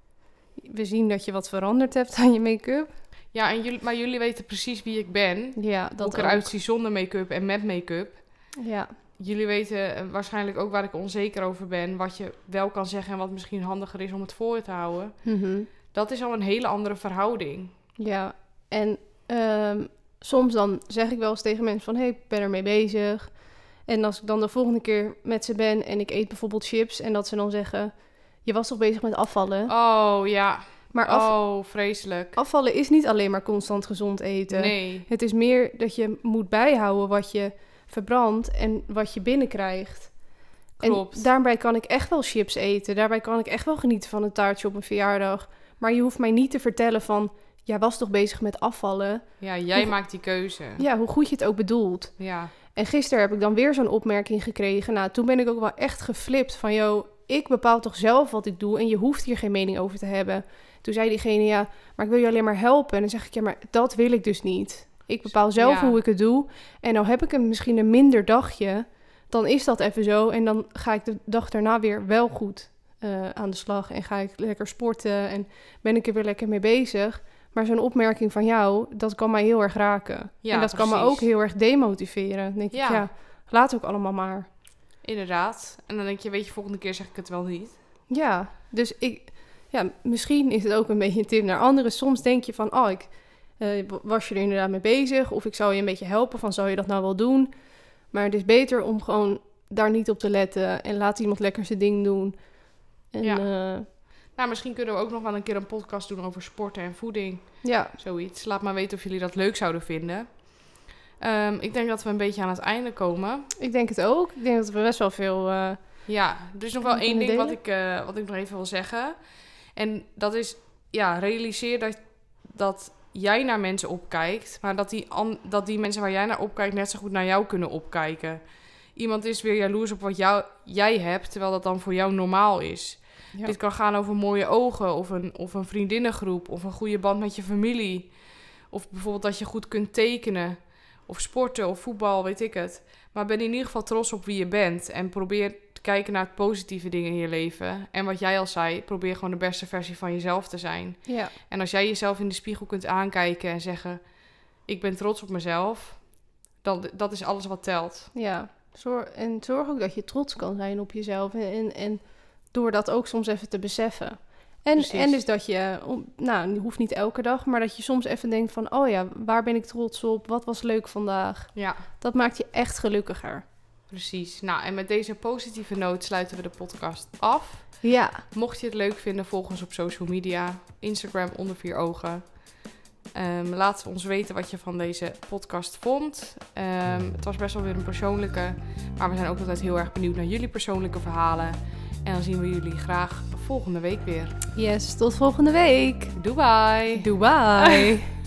we zien dat je wat veranderd hebt aan je make-up. Ja, en jullie, maar jullie weten precies wie ik ben. Ja, hoe dat ik eruit zie zonder make-up en met make-up. Ja. Jullie weten uh, waarschijnlijk ook waar ik onzeker over ben. Wat je wel kan zeggen en wat misschien handiger is om het voor je te houden. Mm-hmm. Dat is al een hele andere verhouding. Ja, en um, soms dan zeg ik wel eens tegen mensen van... hé, hey, ik ben ermee bezig. En als ik dan de volgende keer met ze ben en ik eet bijvoorbeeld chips... en dat ze dan zeggen, je was toch bezig met afvallen? Oh, ja. Maar af- oh, vreselijk. afvallen is niet alleen maar constant gezond eten. Nee. Het is meer dat je moet bijhouden wat je verbrandt en wat je binnenkrijgt. Klopt. En daarbij kan ik echt wel chips eten. Daarbij kan ik echt wel genieten van een taartje op een verjaardag. Maar je hoeft mij niet te vertellen van... jij was toch bezig met afvallen? Ja, jij Hoe- maakt die keuze. Ja, hoe goed je het ook bedoelt. Ja. En gisteren heb ik dan weer zo'n opmerking gekregen. Nou, toen ben ik ook wel echt geflipt van... joh, ik bepaal toch zelf wat ik doe... en je hoeft hier geen mening over te hebben. Toen zei diegene, ja, maar ik wil je alleen maar helpen. En dan zeg ik, ja, maar dat wil ik dus niet. Ik bepaal zelf Ja. hoe ik het doe. En nou heb ik een, misschien een minder dagje... dan is dat even zo. En dan ga ik de dag daarna weer wel goed uh, aan de slag. En ga ik lekker sporten en ben ik er weer lekker mee bezig. Maar zo'n opmerking van jou, dat kan mij heel erg raken. Ja, en dat kan me precies. ook heel erg demotiveren. Dan denk Ja. ik, ja, laat ook allemaal maar. Inderdaad. En dan denk je, weet je, volgende keer zeg ik het wel niet. Ja, dus ik... Ja, misschien is het ook een beetje een tip naar anderen. Soms denk je van, oh, ik uh, was je er inderdaad mee bezig... of ik zou je een beetje helpen van, zou je dat nou wel doen? Maar het is beter om gewoon daar niet op te letten... en laat iemand lekker zijn ding doen. En, Ja. uh, Nou, misschien kunnen we ook nog wel een keer een podcast doen over sporten en voeding. ja, Zoiets. Laat maar weten of jullie dat leuk zouden vinden. Um, ik denk dat we een beetje aan het einde komen. ik denk het ook. Ik denk dat we best wel veel... Uh, Ja, er is nog wel Kunnen één we ding wat delen? ik, uh, wat ik nog even wil zeggen. En dat is, ja, realiseer dat, dat jij naar mensen opkijkt... maar dat die, an, dat die mensen waar jij naar opkijkt net zo goed naar jou kunnen opkijken. Iemand is weer jaloers op wat jou, jij hebt, terwijl dat dan voor jou normaal is. ja. Dit kan gaan over mooie ogen of een, of een vriendinnengroep... of een goede band met je familie. Of bijvoorbeeld dat je goed kunt tekenen... of sporten of voetbal, weet ik het. Maar ben in ieder geval trots op wie je bent... en probeer te kijken naar het positieve dingen in je leven. En wat jij al zei, probeer gewoon de beste versie van jezelf te zijn. ja. En als jij jezelf in de spiegel kunt aankijken en zeggen... ik ben trots op mezelf, dan dat is alles wat telt. Ja, zorg, en zorg ook dat je trots kan zijn op jezelf. En, en, en door dat ook soms even te beseffen. En, Precies. en dus dat je, om- nou, hoeft niet elke dag... maar dat je soms even denkt van... oh ja, waar ben ik trots op? Wat was leuk vandaag? Ja, Dat maakt je echt gelukkiger. precies. Nou, en met deze positieve noot sluiten we de podcast af. Ja, Mocht je het leuk vinden, volg ons op social media. Instagram onder vier ogen. Um, laat ons weten wat je van deze podcast vond. Um, het was best wel weer een persoonlijke. Maar we zijn ook altijd heel erg benieuwd naar jullie persoonlijke verhalen. En dan zien we jullie graag volgende week weer. yes, tot volgende week. Doei bye! Doei.